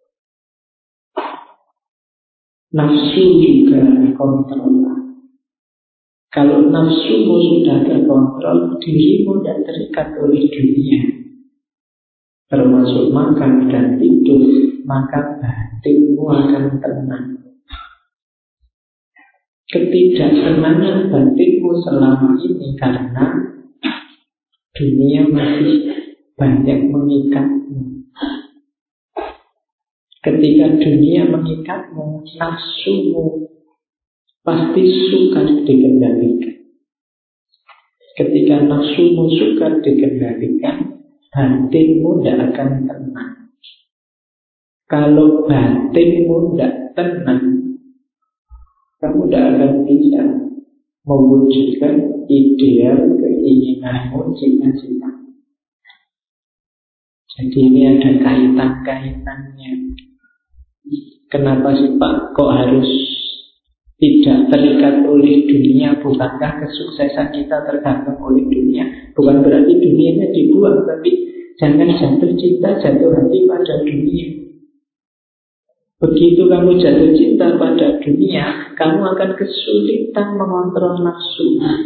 Nafsu juga kontrol. Kalau nafsumu sudah terkontrol, dirimu tidak terikat oleh dunia, termasuk makan dan tidur, maka batinmu akan tenang. Ketidaktenangan batinmu selama ini karena dunia masih banyak mengikatmu. Ketika dunia mengikatmu, nafsumu pasti sukar dikendalikan. Ketika nafsumu sukar dikendalikan, batinmu tidak akan tenang. Kalau batinmu tidak tenang, kamu tidak akan bisa mewujudkan ideal keinginanmu, cita-cita. Jadi ini ada kaitan-kaitannya. Kenapa sih Pak kok harus tidak terikat oleh dunia? Bukankah kesuksesan kita tergantung oleh dunia? Bukan berarti dunianya dibuang, tapi jangan jatuh cinta, jatuh hati pada dunia. Begitu kamu jatuh cinta pada dunia, kamu akan kesulitan mengontrol nafsu.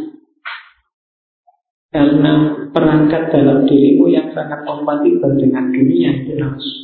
Karena perangkat dalam dirimu yang sangat kompatibel dengan dunia itu nafsu.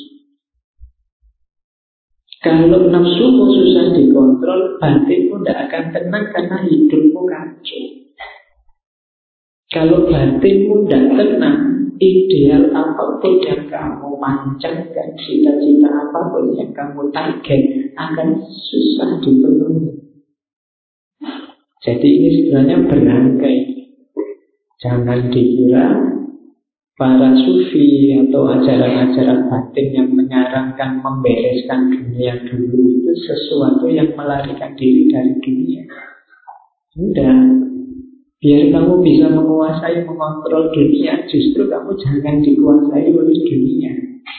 Kalau nafsumu susah dikontrol, batinmu tidak akan tenang karena hidupmu kacau. Kalau batinmu tidak tenang, ideal apapun yang kamu pancangkan, cita-cita apapun yang kamu target akan susah dipenuhi. Jadi ini sebenarnya berangkai. Jangan dikira para sufi atau ajaran-ajaran batin yang menyarankan membereskan dunia dulu itu sesuatu yang melarikan diri dari dunia. Tidak. Biar kamu bisa menguasai, mengontrol dunia, justru kamu jangan dikuasai oleh dunia.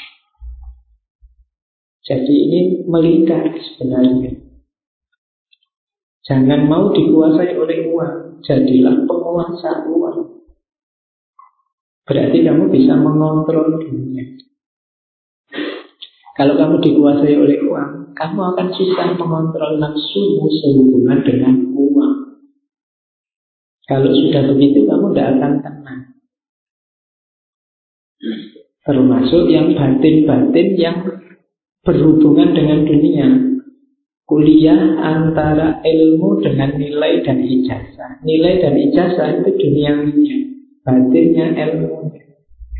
Jadi ini melingkar sebenarnya. Jangan mau dikuasai oleh uang, jadilah penguasa uang. Berarti kamu bisa mengontrol dunia. Kalau kamu dikuasai oleh uang, kamu akan susah mengontrol nafsumu sehubungan dengan uang. Kalau sudah begitu, kamu tidak akan tenang. Termasuk yang batin-batin yang berhubungan dengan dunia. Kuliah antara ilmu dengan nilai dan ijazah. Nilai dan ijazah itu duniawinya, batinnya ilmunya.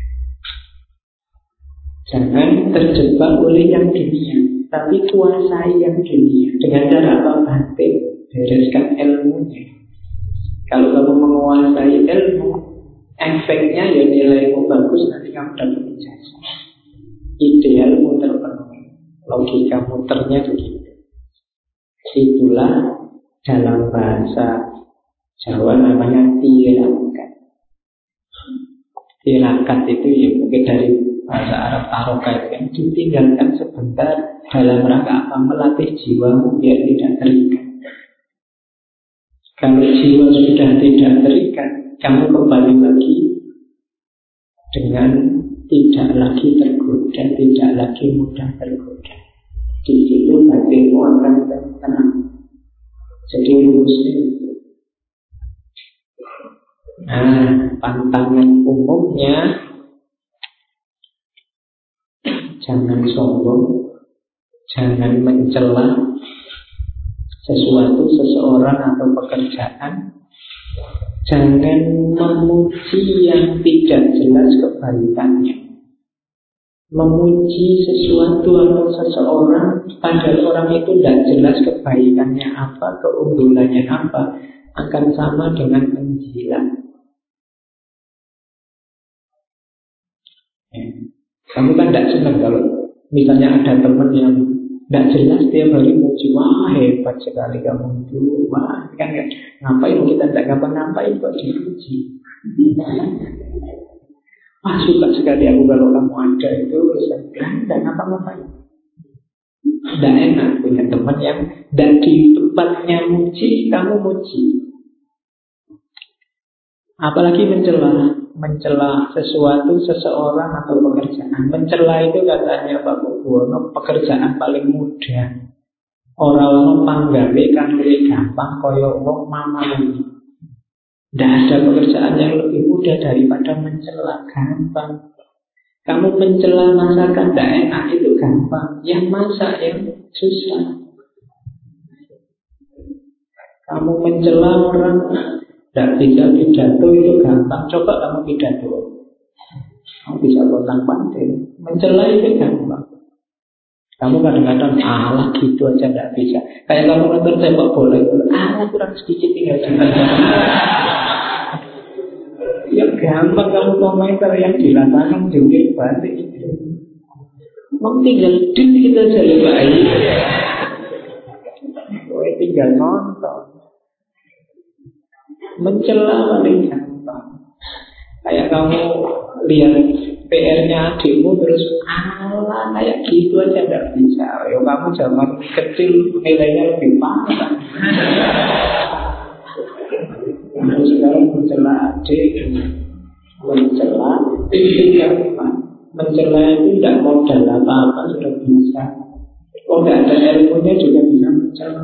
Jangan terjebak oleh yang dunia, tapi kuasai yang dunia. Dengan cara apa? Batin, bereskan ilmunya. Kalau kamu menguasai ilmu, efeknya ya nilaimu bagus, nanti kamu dapat ijazah. Idealmu terpenuhi. Logika muternya begitu. Itulah dalam bahasa Jawa namanya tirakat. Tirakat itu ya mungkin dari bahasa Arab taroka, yang ditinggalkan sebentar dalam rangka apa? Melatih jiwamu biar tidak terikat. Kalau jiwa sudah tidak terikat, kamu kembali lagi dengan tidak lagi tergoda, tidak lagi mudah tergoda. Di situ batinmu akan tenang. Jadi rumusnya itu. Nah, pantangan umumnya, jangan sombong, jangan mencela sesuatu, seseorang atau pekerjaan. Jangan memuji yang tidak jelas kebaikannya. Memuji sesuatu atau seseorang padahal orang itu tidak jelas kebaikannya apa, keunggulannya apa, akan sama dengan menjilat. Ya. Kamu kan tidak senang kalau misalnya ada teman yang tidak jelas tiap hari muji, wah hebat sekali kamu itu, wah kan ya, ngapain kita tidak ngapa-ngapain kok dipuji. Wah suka sekali aku kalau kamu ada itu, saya bilang tidak ngapa-ngapain. Tidak enak punya teman yang tidak di tempatnya muji, kamu muji. Apalagi mencela, mencela sesuatu, seseorang atau pekerjaan. Mencela itu katanya Pak Buwono pekerjaan paling mudah. Orang panggawe kan lebih gampang koyo wong mamani. Tidak ada pekerjaan yang lebih mudah daripada mencela, gampang. Kamu mencela masakan tidak enak itu gampang. Yang masak yang susah. Kamu mencela orang tidak bisa pidato itu gampang. Coba kamu pidato, kamu bisa pontang-panting. Mencela itu gampang. Kamu kadang-kadang alah gitu aja tidak bisa. Kayak kamu nonton sepak bola itu, alah kurang sedikit tinggal di yang gampang kamu komentar yang di lapangan juga balik itu. Mau tinggal dikit aja lebih baik. Kowe tinggal nonton. Mencela paling gampang. Kayak kamu lihat P R-nya adikmu terus ala kayak gitu aja tidak bisa. Yo kamu zaman kecil nilainya lebih parah. Kamu sekarang mencela adik, mencela itu gampang. Mencela itu tidak modal apa-apa sudah bisa. Oh tidak ada ilmunya juga bisa mencela.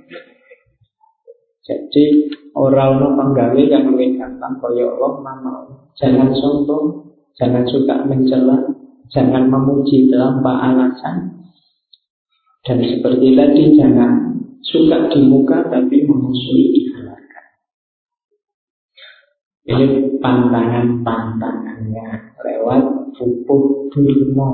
Jadi orang no panggawe yang lebih gampang koyo Allah mau. Jangan sombong, jangan suka mencela, jangan memuji tanpa alasan. Dan seperti tadi jangan suka di muka tapi memusuhi di belakang. Ini pantangan-pantangannya lewat Pupuh Durmo.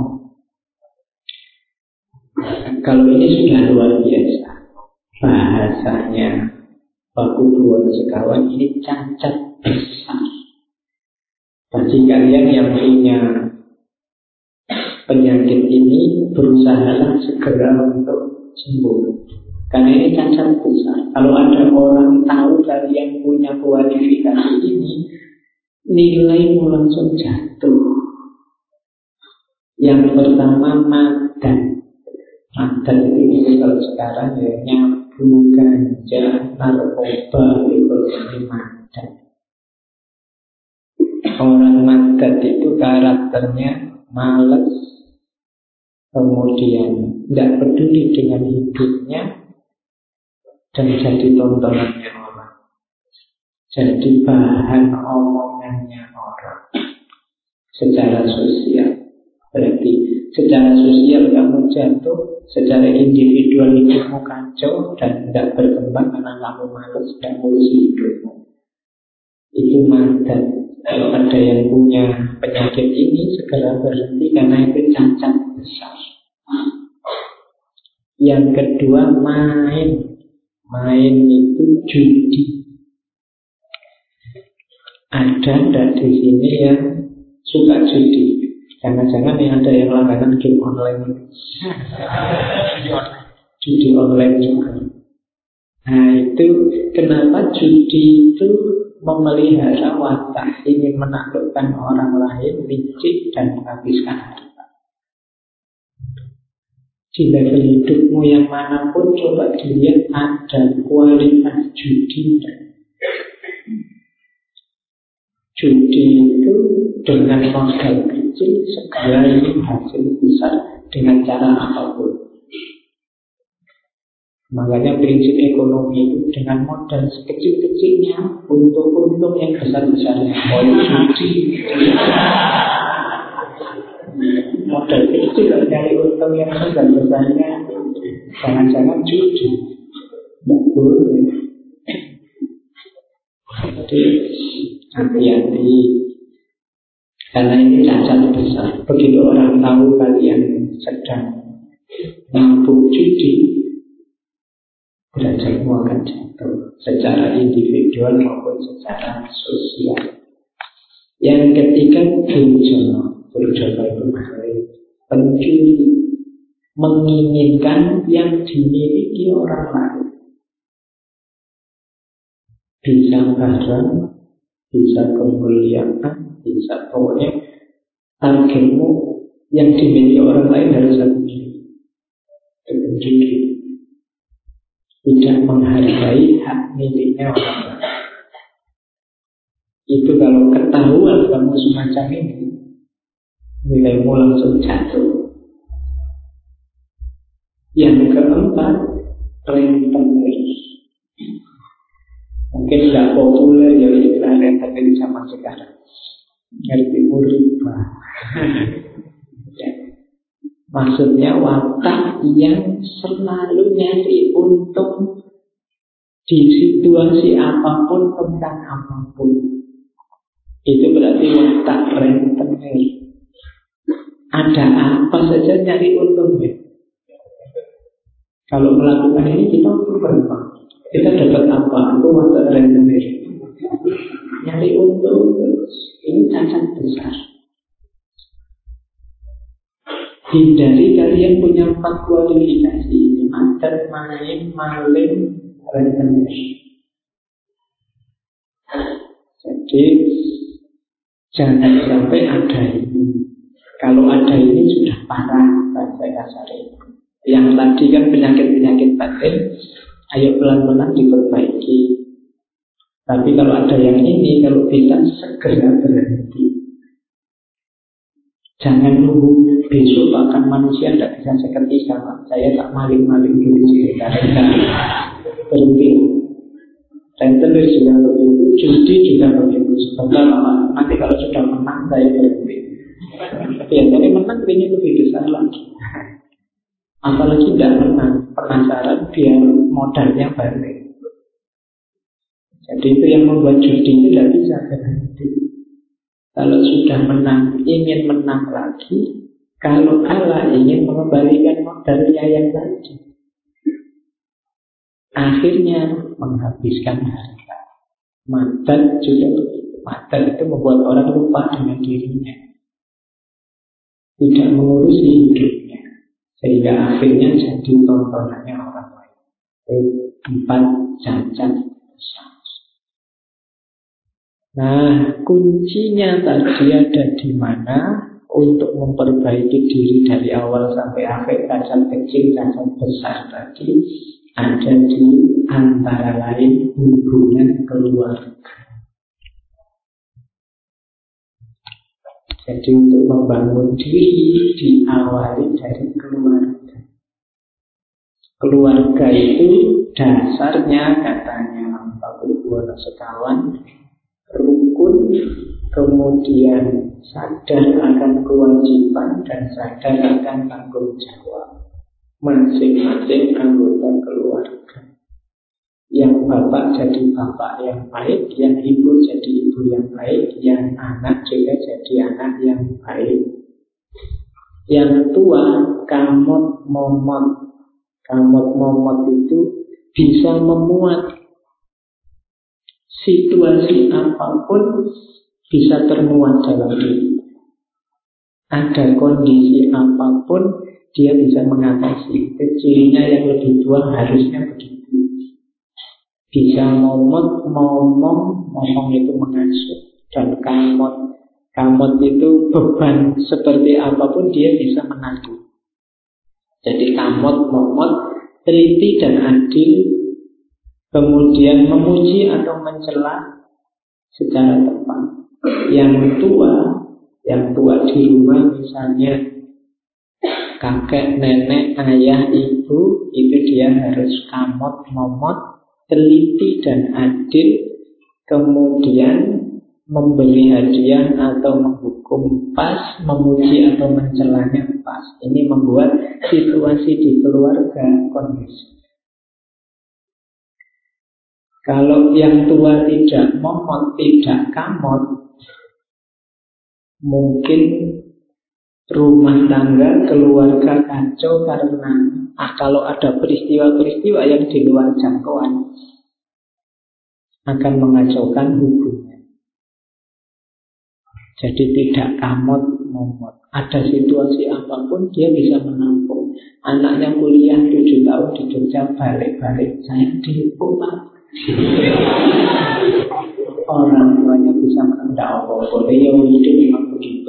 Kalau ini sudah luar biasa. Bahasanya Pak Buwono sekawan ini cacat besar. Bagi kalian yang punya penyakit ini, berusahalah segera untuk sembuh. Karena ini cacat besar. Kalau ada orang tahu kalian punya kualifikasi ini, nilaimu langsung jatuh. Yang pertama madan. Madan itu kalau sekarang ya nyabu, ganja, narkoba, itu jadi madan. Orang madan itu karakternya malas, kemudian tidak peduli dengan hidupnya, dan jadi tontonannya orang, jadi bahan omongannya orang secara sosial. Berarti secara sosial kamu jatuh, secara individual hidupmu kacau dan tidak berkembang karena kamu malas dan ngurusi hidupmu. Itu madan. Kalau ada yang punya penyakit ini, segera berhenti karena itu cacat besar. Yang kedua, main. Main itu judi. Ada tidak di sini yang suka judi? Jangan-jangan yang ada yang langganan game online. Judi online juga. Nah itu kenapa judi itu memelihara watak, ingin menaklukkan orang lain, licik dan menghabiskan harta. Di level hidupmu yang manapun, coba dilihat ada kualitas judi. Judi itu dengan modal kecil segala ini hasil besar dengan cara apapun. Makanya prinsip ekonomi itu dengan modal sekecil-kecilnya untuk untung yang besar-besarnya. Judi modal kecil dari untung yang besar-besarnya, jangan-jangan judi. Tidak boleh. Jadi hati-hati, karena ini cacat besar. Begitu orang tahu kalian sedang mabuk judi, derajatmu akan jatuh secara individual maupun secara sosial. Yang ketiga, Durjono. Durjono itu maling, pencuri, menginginkan yang dimiliki orang lain. Bisa barang, bisa kemuliaan, bisa pokoknya targetmu yang dimiliki orang lain harus aku miliki. Itu pencuri. Tidak menghargai hak miliknya orang lain. Itu kalau ketahuan kamu semacam ini, nilaimu langsung jatuh. Yang keempat, rentenir. Mungkin tidak populer ya istilah rentenir zaman sekarang. Ngerti riba. Ya. Maksudnya watak yang selalu nyari untung di situasi apapun tentang apapun. Itu berarti watak rentenir. Ada apa saja nyari untungnya. Kalau melakukan ini kita berapa? Kita dapat apa? Itu watak rentenir. Nyari untung terus. Ini cacat besar. Hindari kalian punya empat kualifikasi ini: macet, main, maling, rentenir. Jadi jangan sampai ada ini. Kalau ada ini sudah parah bahasa kasar itu. Yang tadi kan penyakit-penyakit batin, ayo pelan-pelan diperbaiki. Tapi kalau ada yang ini, kalau bisa segera berhenti. Jangan nunggu besok bahkan manusia tidak bisa seperti sama. Saya tak maling-maling dulu sih, karena berhenti. Rentenir juga begitu, judi juga begitu. Sebentar lama, nanti kalau sudah menang saya berhenti. Biasanya menang ini lebih besar lagi. Apalagi tidak menang, penasaran biar modalnya balik. Jadi itu yang membuat judi itu tidak bisa berhenti. Kalau sudah menang, ingin menang lagi. Kalau kalah, ingin mengembalikan modalnya yang tadi. Akhirnya menghabiskan harta. Madat juga begitu. Madat itu membuat orang lupa dengan dirinya, tidak mengurusi hidupnya, sehingga akhirnya jadi tontonannya orang lain. Empat cacat besar. Nah, kuncinya tadi ada di mana untuk memperbaiki diri dari awal sampai akhir, cacat kecil, cacat besar tadi ada di antara lain hubungan keluarga. Jadi untuk membangun diri diawali dari keluarga. Keluarga itu dasarnya katanya Pak Buwono Sekawan, rukun, kemudian sadar akan kewajiban dan sadar akan tanggung jawab masing-masing anggota keluarga. Yang bapak jadi bapak yang baik, yang ibu jadi ibu yang baik, yang anak juga jadi anak yang baik. Yang tua kamot momot, kamot momot itu bisa memuat situasi apapun, bisa termuat dalam diri. Ada kondisi apapun dia bisa mengatasi. Cirinya yang lebih tua harusnya begitu. Bisa momot, ngomong, ngomong itu mengasuh. Dan kamot, kamot itu beban seperti apapun dia bisa menanggung. Jadi kamot, momot, teliti dan adil, kemudian memuji atau mencela secara tepat. Yang tua, yang tua di rumah misalnya kakek, nenek, ayah, ibu, itu dia harus kamot, momot, teliti dan adil, kemudian memberi hadiah atau menghukum pas, memuji atau mencelanya pas. Ini membuat situasi di keluarga kondusif. Kalau yang tua tidak momot, tidak kamot, mungkin rumah tangga, keluarga kacau karena ah, kalau ada peristiwa-peristiwa yang di luar jangkauan akan mengacaukan hubungan. Jadi tidak kamot, momot. Ada situasi apapun dia bisa menampung. Anaknya kuliah tujuh tahun di Jogja, balik-balik saya dihukum Pak. Orang tuanya bisa menendang apa-apa. Ya itu memang begitu.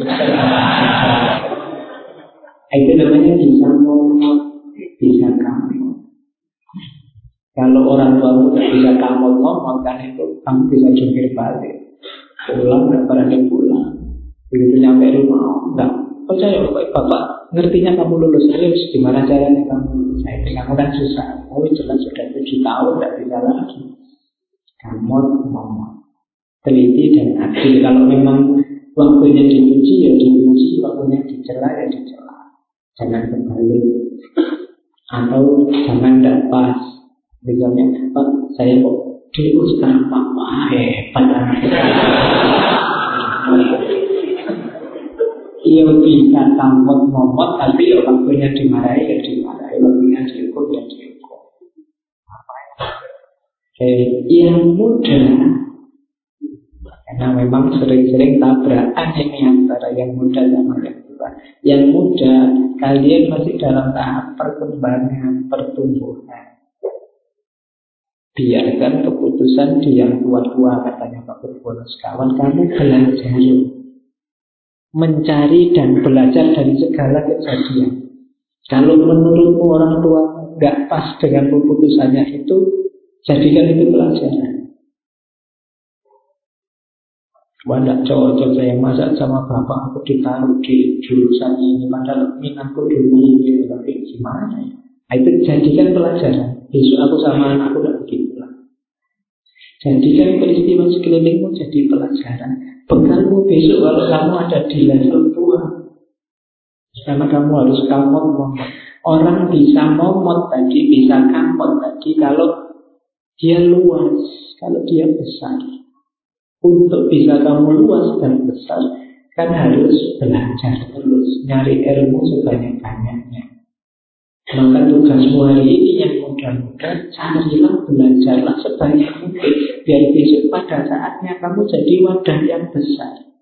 Itu namanya bisa momot, bisa kamot. Kalau orang tuamu tidak bisa kamot, momot, kan itu kamu bisa jungkir balik. Pulang, gak berani pulang. Begitu nyampe rumah, enggak percaya Bapak, Bapak ngertinya kamu lulus. Terus gimana caranya kamu lulus? Saya kamu kan susah. Oh jelas sudah tujuh tahun, tidak bisa lagi. Kamot, momot, teliti dan adil. Kalau memang waktunya dipuji, ya dipuji. Waktunya dicela, ya dicela. Jangan kembali. Atau jangan tidak pas. Misalnya, Pak, saya kok dulu sekarang Pak, hebat Iya bisa kamot momot, tapi ya waktunya dimarahi ya dimarahi, waktunya dihukum ya dihukum. Jadi yang muda, karena memang sering-sering tabrakan ini antara yang muda sama yang tua. Yang muda, kalian masih dalam tahap perkembangan, pertumbuhan. Biarkan keputusan di yang tua-tua, katanya Pak Purwono sekawan. Kamu belajar mencari dan belajar dari segala kejadian. Kalau menurutmu orang tua nggak pas dengan keputusannya itu, jadikan itu pelajaran. Wah nggak cocok saya masak sama bapak, aku ditaruh di jurusan ini, padahal minatku dulu ini, tapi gimana ya? Nah, itu jadikan pelajaran. Besok aku sama anakku tidak begitu lah. Jadikan peristiwa sekelilingmu jadi pelajaran. Bekalmu besok kalau kamu ada di level tua. Karena kamu harus kamot momot. Orang bisa momot tadi, bisa kamot tadi kalau dia luas, kalau dia besar. Untuk bisa kamu luas dan besar, kan harus belajar terus, nyari ilmu sebanyak-banyaknya. Maka tugasmu hari ini yang mudah-mudah, carilah, belajarlah sebanyak mungkin, biar besok pada saatnya kamu jadi wadah yang besar.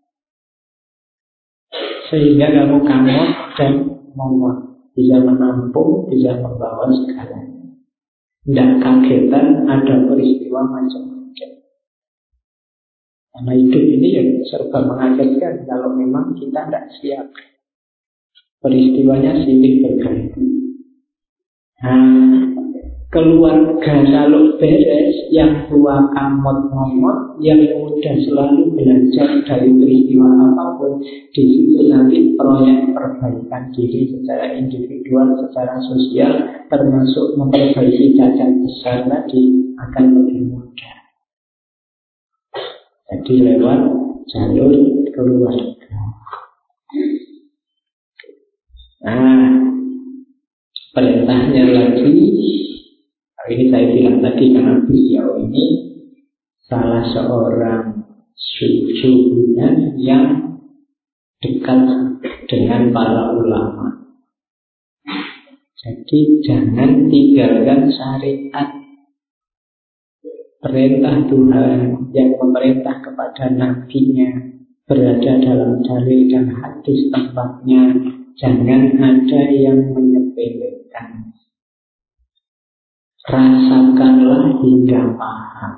Sehingga kamu kamot dan momot, bisa menampung, bisa membawa segalanya. Tidak kagetan ada peristiwa macam-macam. Karena hidup ini ya serba mengagetkan kalau memang kita tidak siap. Peristiwanya silih berganti. Nah, keluarga kalau beres, yang tua kamot momot, yang muda selalu belajar dari peristiwa apapun, di situ nanti proyek perbaikan diri secara individual, secara sosial, termasuk memperbaiki cacat besar tadi akan lebih mudah. Jadi lewat jalur keluarga. Nah, perintahnya lagi, ini saya bilang tadi karena beliau ini salah seorang suhunya yang dekat dengan para ulama. Jadi jangan tinggalkan syariat. Perintah Tuhan yang memerintah kepada nabinya berada dalam dalil dan hadis tempatnya. Jangan ada yang menyepelekan. rasakanlah hingga paham.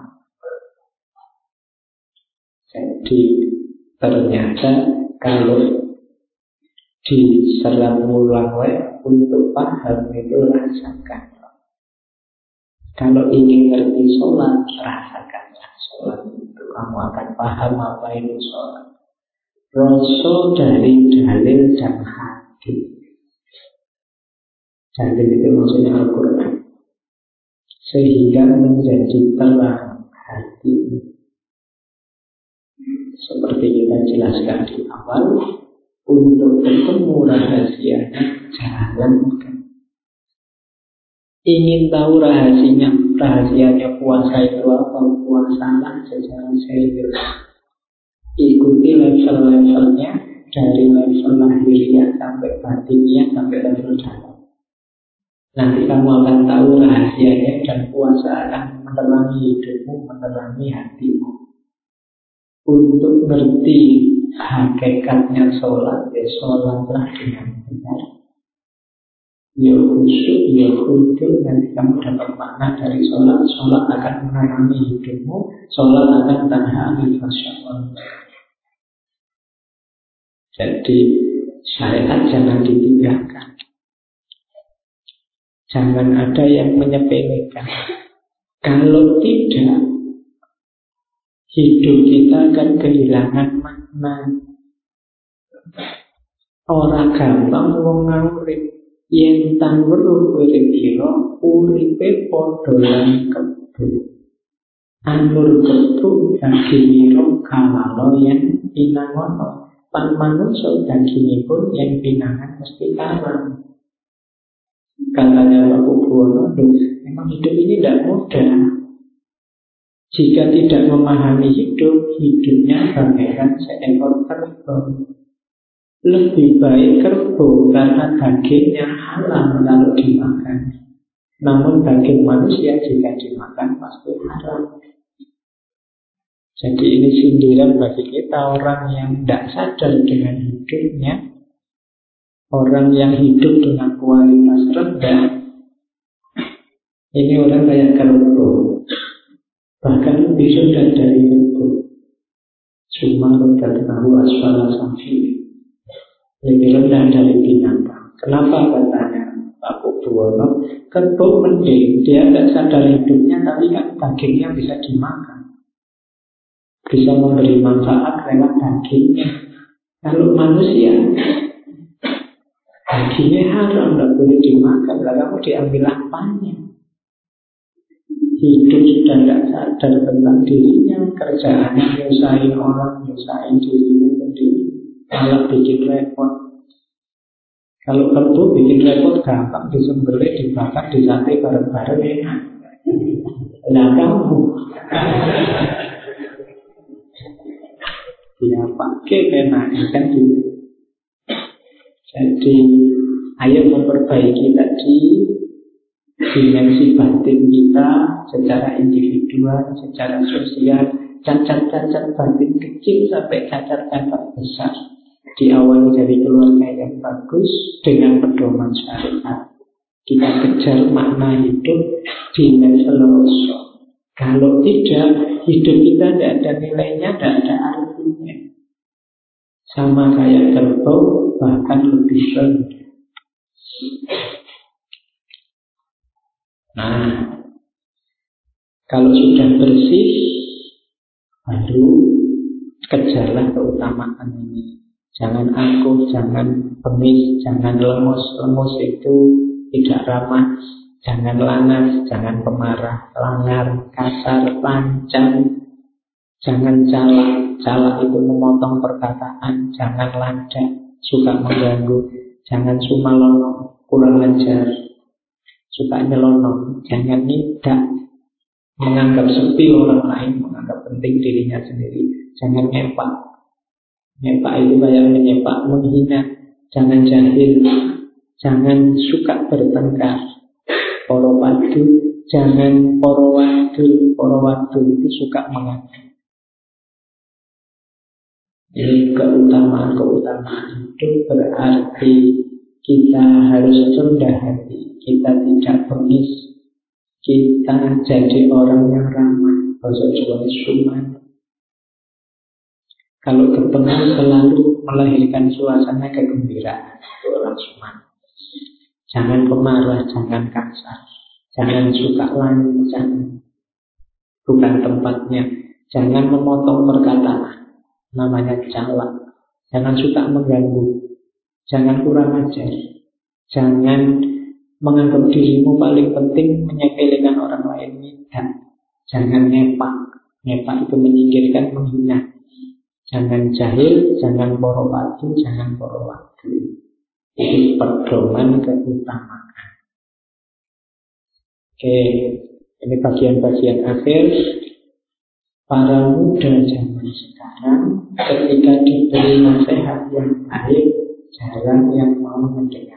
Jadi ternyata kalau diserang ulang untuk paham itu rasakan. Kalau ingin ngerti sholat, rasakanlah sholat itu. Kamu akan paham apa itu sholat. Rasa dari dalil dan hati. Dalil itu maksudnya Al-Quran. Sehingga menjadi terang hati. Seperti kita jelaskan di awal, untuk ketemu rahasianya, jalankan. Ingin tahu rahasianya, rahasianya puasa itu apa? Puasalah secara serius. Ikuti level-levelnya, dari level lahiriah sampai batinnya, sampai level dalam. Nanti kamu akan tahu rahasianya, dan puasa akan menerangi hidupmu, menerangi hatimu. Untuk ngerti hakikatnya sholat, ya sholatlah dengan benar. Ya khusyuk, ya khusyuk. Nanti kamu dapat makna dari sholat. Sholat akan menerangi hidupmu. Sholat akan tanha anil fahsya'i. Jadi syariat jangan ditinggalkan. Jangan ada yang menyepelekan. Kalau tidak, hidup kita akan kehilangan makna. Orang gampang wong ngawrit. Yen tangguru urip ira, uripe padha lan kebu. Anur kebu daging ira kalalo yen pinangono. Pan manungsa dagingipun yen pinangan mesti kalah. Katanya Pak Kubuwono, memang hidup ini tidak mudah. Jika tidak memahami hidup, hidupnya bagaikan seekor kerbau. Lebih baik kerbau karena dagingnya halal kalau dimakan. Namun daging manusia jika dimakan pasti haram. Jadi ini sindiran bagi kita, orang yang tidak sadar dengan hidupnya, orang yang hidup dengan kualitas rendah. Ini orang kayak kerbau, bahkan lebih rendah dari kerbau. Cuma roda tahu asfala samfi, lebih rendah dari binatang. Kenapa katanya Pak Kubuwono? Kerbau mending, dia tidak sadar hidupnya, tapi kan dagingnya bisa dimakan, bisa memberi manfaat lewat dagingnya. Kalau manusia, dagingnya haram, tidak boleh dimakan. Lalu kamu diambil apanya? Hidup sudah tidak sadar tentang dirinya, kerjaannya nyusahin orang, nyusahin dirinya sendiri, malah bikin repot. Kalau kerbau bikin repot gampang, disembelih, dibakar, disate bareng-bareng enak. Nah kamu dia pakai enak kan gitu. Jadi ayo memperbaiki tadi dimensi batin kita secara individual, secara sosial, cacat-cacat batin kecil sampai cacat-cacat besar. Diawali dari keluarga yang bagus dengan pedoman syariat. Kita kejar makna hidup di level rasa. Kalau tidak, hidup kita tidak ada nilainya, tidak ada artinya. Sama kayak kerbau, bahkan lebih rendah. Nah, kalau sudah bersih, baru kejarlah keutamaan ini. Jangan angkuh, jangan bengis, jangan lemos. Lemos itu tidak ramah. Jangan langas, jangan pemarah, langar, kasar, lancang. Jangan calak. Calak itu memotong perkataan. Jangan lada, suka mengganggu. Jangan sumalono, kurang ajar, suka nyelonong. Jangan nidak, menganggap sepi orang lain, menganggap penting dirinya sendiri. Jangan ngepak. Nyepak itu kayak menyepak, menghina. Jangan jahil. Jangan suka bertengkar. Poro padu. Jangan poro wadul. Poro wadul itu suka mengadu. Ini keutamaan-keutamaan itu berarti kita harus rendah hati. Kita tidak bengis. kita jadi orang yang ramah, bahasa Jawa suman. Kalau ketemu selalu melahirkan suasana kegembiraan, itu orang suman. Jangan pemarah, jangan kasar, jangan suka lancang, bukan tempatnya. Jangan memotong perkataan, namanya calak. Jangan suka mengganggu, jangan kurang ajar, jangan menganggap dirimu paling penting, menyepelekan orang lain. Tidak. Jangan ngepak. Ngepak itu menyingkirkan, menghina. Jangan jahil, jangan porowadu, jangan porowadu. Ini pedoman keutamaan. Oke, ini bagian-bagian akhir. Para muda zaman sekarang ketika diberi nasihat yang baik, jarang yang mau mendengar.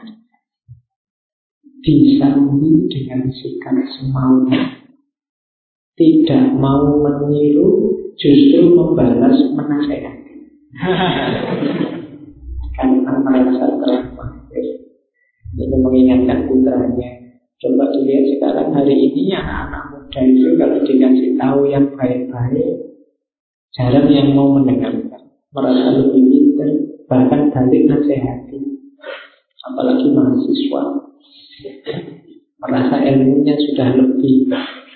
Disambut dengan sikap semaunya, tidak mau meniru, justru membalas menasehati. Karena merasa terlambat. Ini mengingatkan putranya. Coba dilihat sekarang hari ini anak-anak muda itu kalau dikasih tahu yang baik-baik, jarang yang mau mendengarkan. Merasa lebih pintar, bahkan balik nasihati. Apalagi mahasiswa, merasa ilmunya sudah lebih.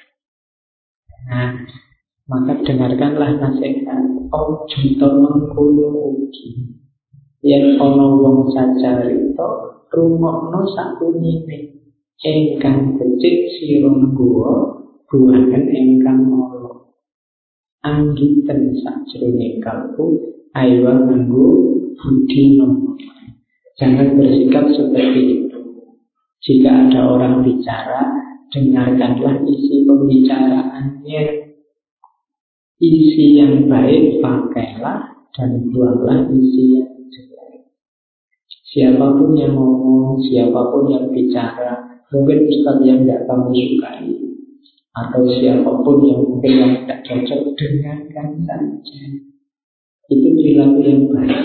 Nah, maka dengarkanlah nasihat. Oh, junto mengkono ugi. Yen ana wong cacarita, rungokno sakunine. Engkang becik sira ngguwa, buahan engkang mala. Anggiten sajroning kalbu, aywa nganggo budi nomo. Jangan bersikap seperti itu. Jika ada orang bicara, dengarkanlah isi pembicaraannya. Isi yang baik pakailah, dan buanglah isi yang jelek. Siapapun yang ngomong, siapapun yang bicara, mungkin ustaz yang tidak kamu sukai, atau siapapun yang mungkin yang tidak cocok, dengarkan saja. Itu perilaku yang baik.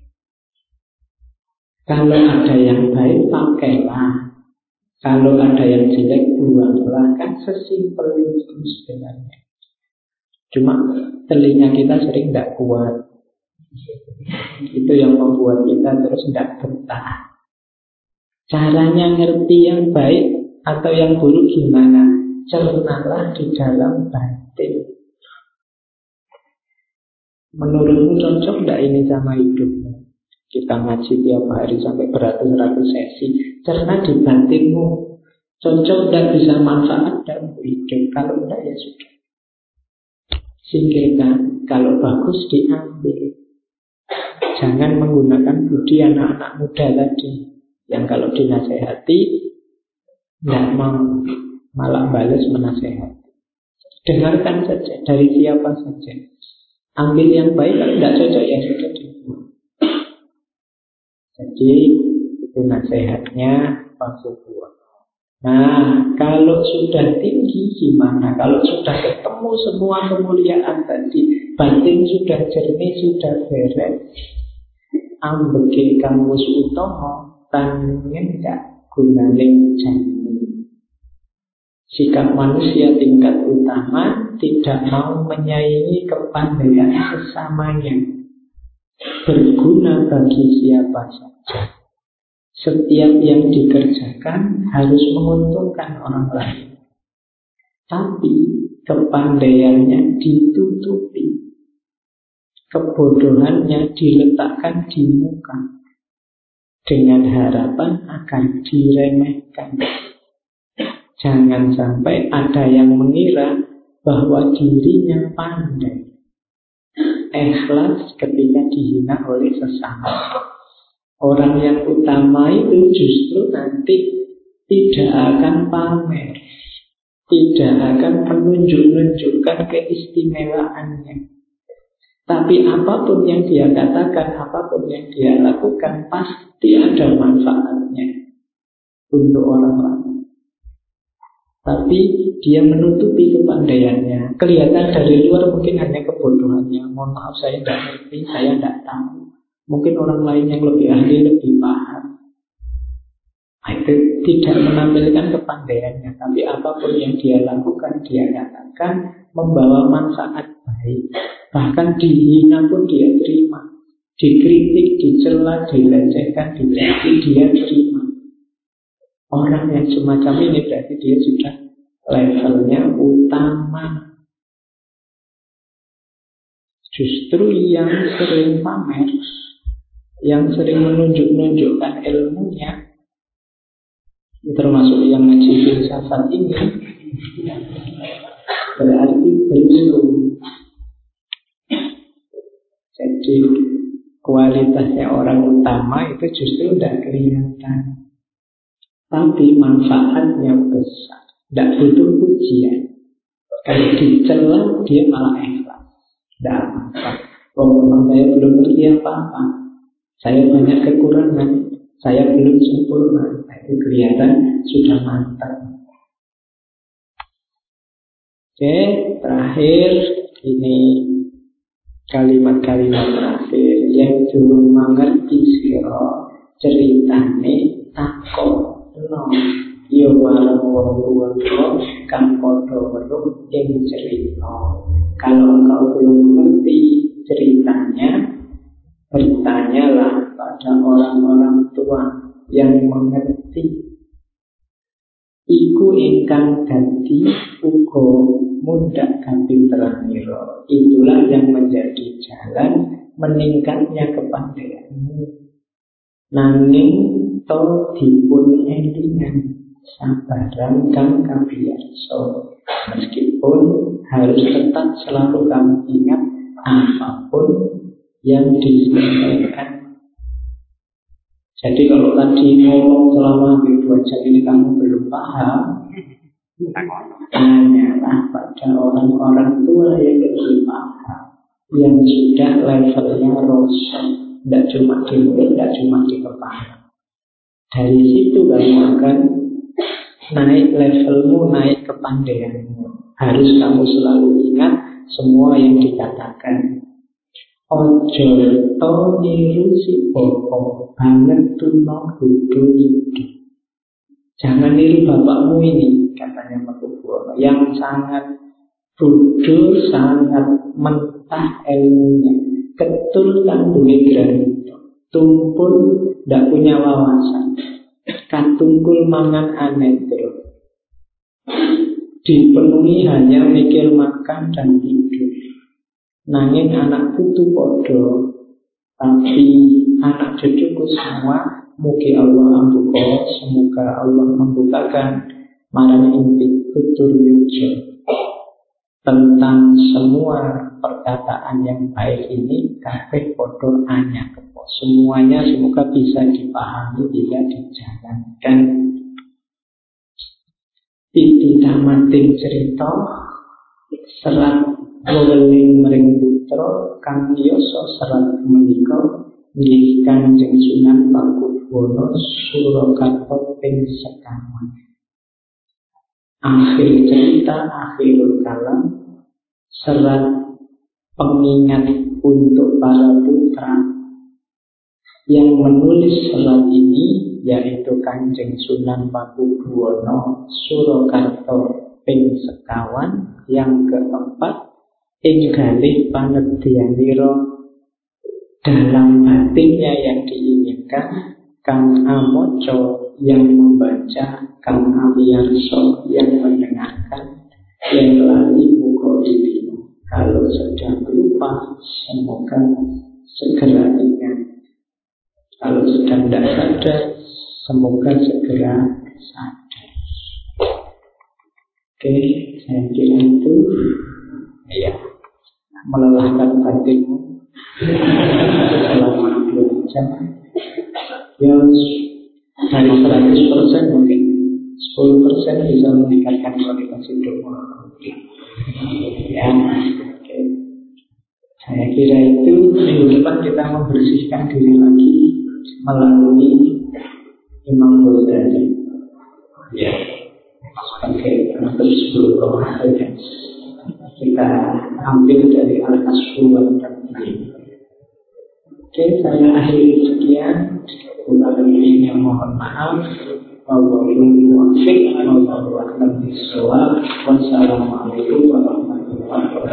Kalau ada yang baik, pakailah. Kalau ada yang jelek, buanglah. Kan sesimpel itu sebenarnya. Cuma telinga kita sering tidak kuat. Itu yang membuat kita terus tidak betah. Caranya ngerti yang baik atau yang buruk gimana? Cernalah di dalam batin. Menurutmu cocok tidak ini sama hidupmu? Kita ngaji tiap hari sampai beratus-ratus sesi. Cerna di batinmu. Cocok dan bisa manfaat dalam hidup. Kalau tidak ya sudah. Singkirkan. Kalau bagus diambil. Jangan menggunakan budi anak-anak muda tadi. Yang kalau dinasehati tidak mau, malah balas menasehati. Dengarkan saja dari siapa saja. Ambil yang baik, kalau tidak cocok ya sudah dibuang. Jadi itu nasihatnya Pak Subuh. Nah, kalau sudah tinggi gimana? Kalau sudah ketemu semua kemuliaan tadi, batin sudah jernih, sudah beres, ambeki kamus utama, tangin gak gunane janji. Sikap manusia tingkat utama tidak mau menyaingi kepandaian sesamanya, berguna bagi siapa saja. Setiap yang dikerjakan harus menguntungkan orang lain, tapi kepandaiannya ditutupi, kebodohannya diletakkan di muka dengan harapan akan diremehkan. Jangan sampai ada yang mengira bahwa dirinya pandai, ikhlas ketika dihina oleh sesama. Orang yang utama itu justru nanti tidak akan pamer, tidak akan menunjuk-nunjukkan keistimewaannya. Tapi apapun yang dia katakan, apapun yang dia lakukan, pasti ada manfaatnya untuk orang lain. Tapi dia menutupi kepandaiannya. Kelihatan dari luar mungkin hanya kebodohannya. Mohon maaf, saya tidak ngerti, saya tidak tahu. Mungkin orang lain yang lebih ahli, lebih paham. Nah, itu tidak menampilkan kepandaiannya, tapi apapun yang dia lakukan, dia katakan membawa manfaat baik. Bahkan dihina pun dia terima, dikritik, dicela, dilecehkan, dicaci, dia terima. Orang yang semacam ini berarti dia sudah levelnya utama. Justru yang sering pamer, yang sering menunjuk-nunjukkan ilmunya, termasuk yang ngaji filsafat ini, berarti belum. Jadi kualitasnya orang utama itu justru tidak kelihatan, tapi manfaatnya besar. Tidak butuh pujian. Kalau dicela dia malah ikhlas. Tidak apa-apa. Oh, memang saya belum ngerti apa-apa. Saya banyak kekurangan. Saya belum sempurna. Nah, itu kelihatan sudah mantap. Oke, terakhir ini kalimat-kalimat terakhir yang dulu mengerti siro ceritane takok no yo marang wong tuwa kang padha weruh ing cerita. Kalau engkau belum mengerti ceritanya, bertanyalah pada orang-orang tua yang mengerti. Iku ingkang dadi uga mundhak kapinteran ira. Itulah yang menjadi jalan meningkatnya kepandaianmu. Nanging to dipun elingan sabaran kang kabiyasa. Meskipun harus tetap selalu kamu ingat apapun yang disampaikan. Jadi kalau tadi ngomong selama hampir dua jam ini kamu belum paham, tanyalah pada orang-orang tua yang lebih paham, yang sudah levelnya rosok, tidak cuma di mulut, tidak cuma di kepala. Dari situ kamu akan naik levelmu, naik kepandaianmu. Harus kamu selalu ingat semua yang dikatakan. Ojo to niru si bokong banget tuno kudu itu. Jangan niru bapakmu ini, katanya Makubwono, yang sangat bodoh, sangat mentah ilmunya, ketul kan duwe granito, tumpul ndak punya wawasan, katungkul mangan aneh terus, dipenuhi hanya mikir makan dan tidur. Nanging anak putu podo, tapi anak cucuku semua, mugi Allah ambuka, semoga Allah membukakan marang inti tutur yujo tentang semua perkataan yang baik ini. Kabeh podo anya kepo, semuanya semoga bisa dipahami, bisa dijalankan. Titi tamatin cerita serat weweling mring putra kang yasa serat menika nggih Kanjeng Sunan Makubwono Surakarta ping sekawan. Akhir cerita, akhirul kalam, serat pengingat untuk para putra. Yang menulis serat ini yaitu Kanjeng Sunan Makubwono Surakarta ping sekawan. Yang keempat, ing galih panedyanira dalam batinnya yang diinginkan, kang amoco yang membaca, kang amiyarso yang mendengarkan, yang lali muka dipino. Kalau sedang lupa, semoga segera ingat. Kalau sedang tidak sadar, semoga segera sadar. Oke, saya kira itu ya melelahkan batinmu selama dua jam. Ya, dari seratus persen mungkin sepuluh persen bisa meningkatkan kualitas hidupmu. Ya, oke. Saya kira itu minggu depan kita membersihkan diri lagi melalui Imam Ghazali. Ya, sebagai penutup sepuluh Ramadan. Kita ambil dari Al-Kasfu wal-Tabyin. Oke, saya akhiri sekian. Kurang lebihnya mohon maaf. Wassalamualaikum warahmatullahi wabarakatuh.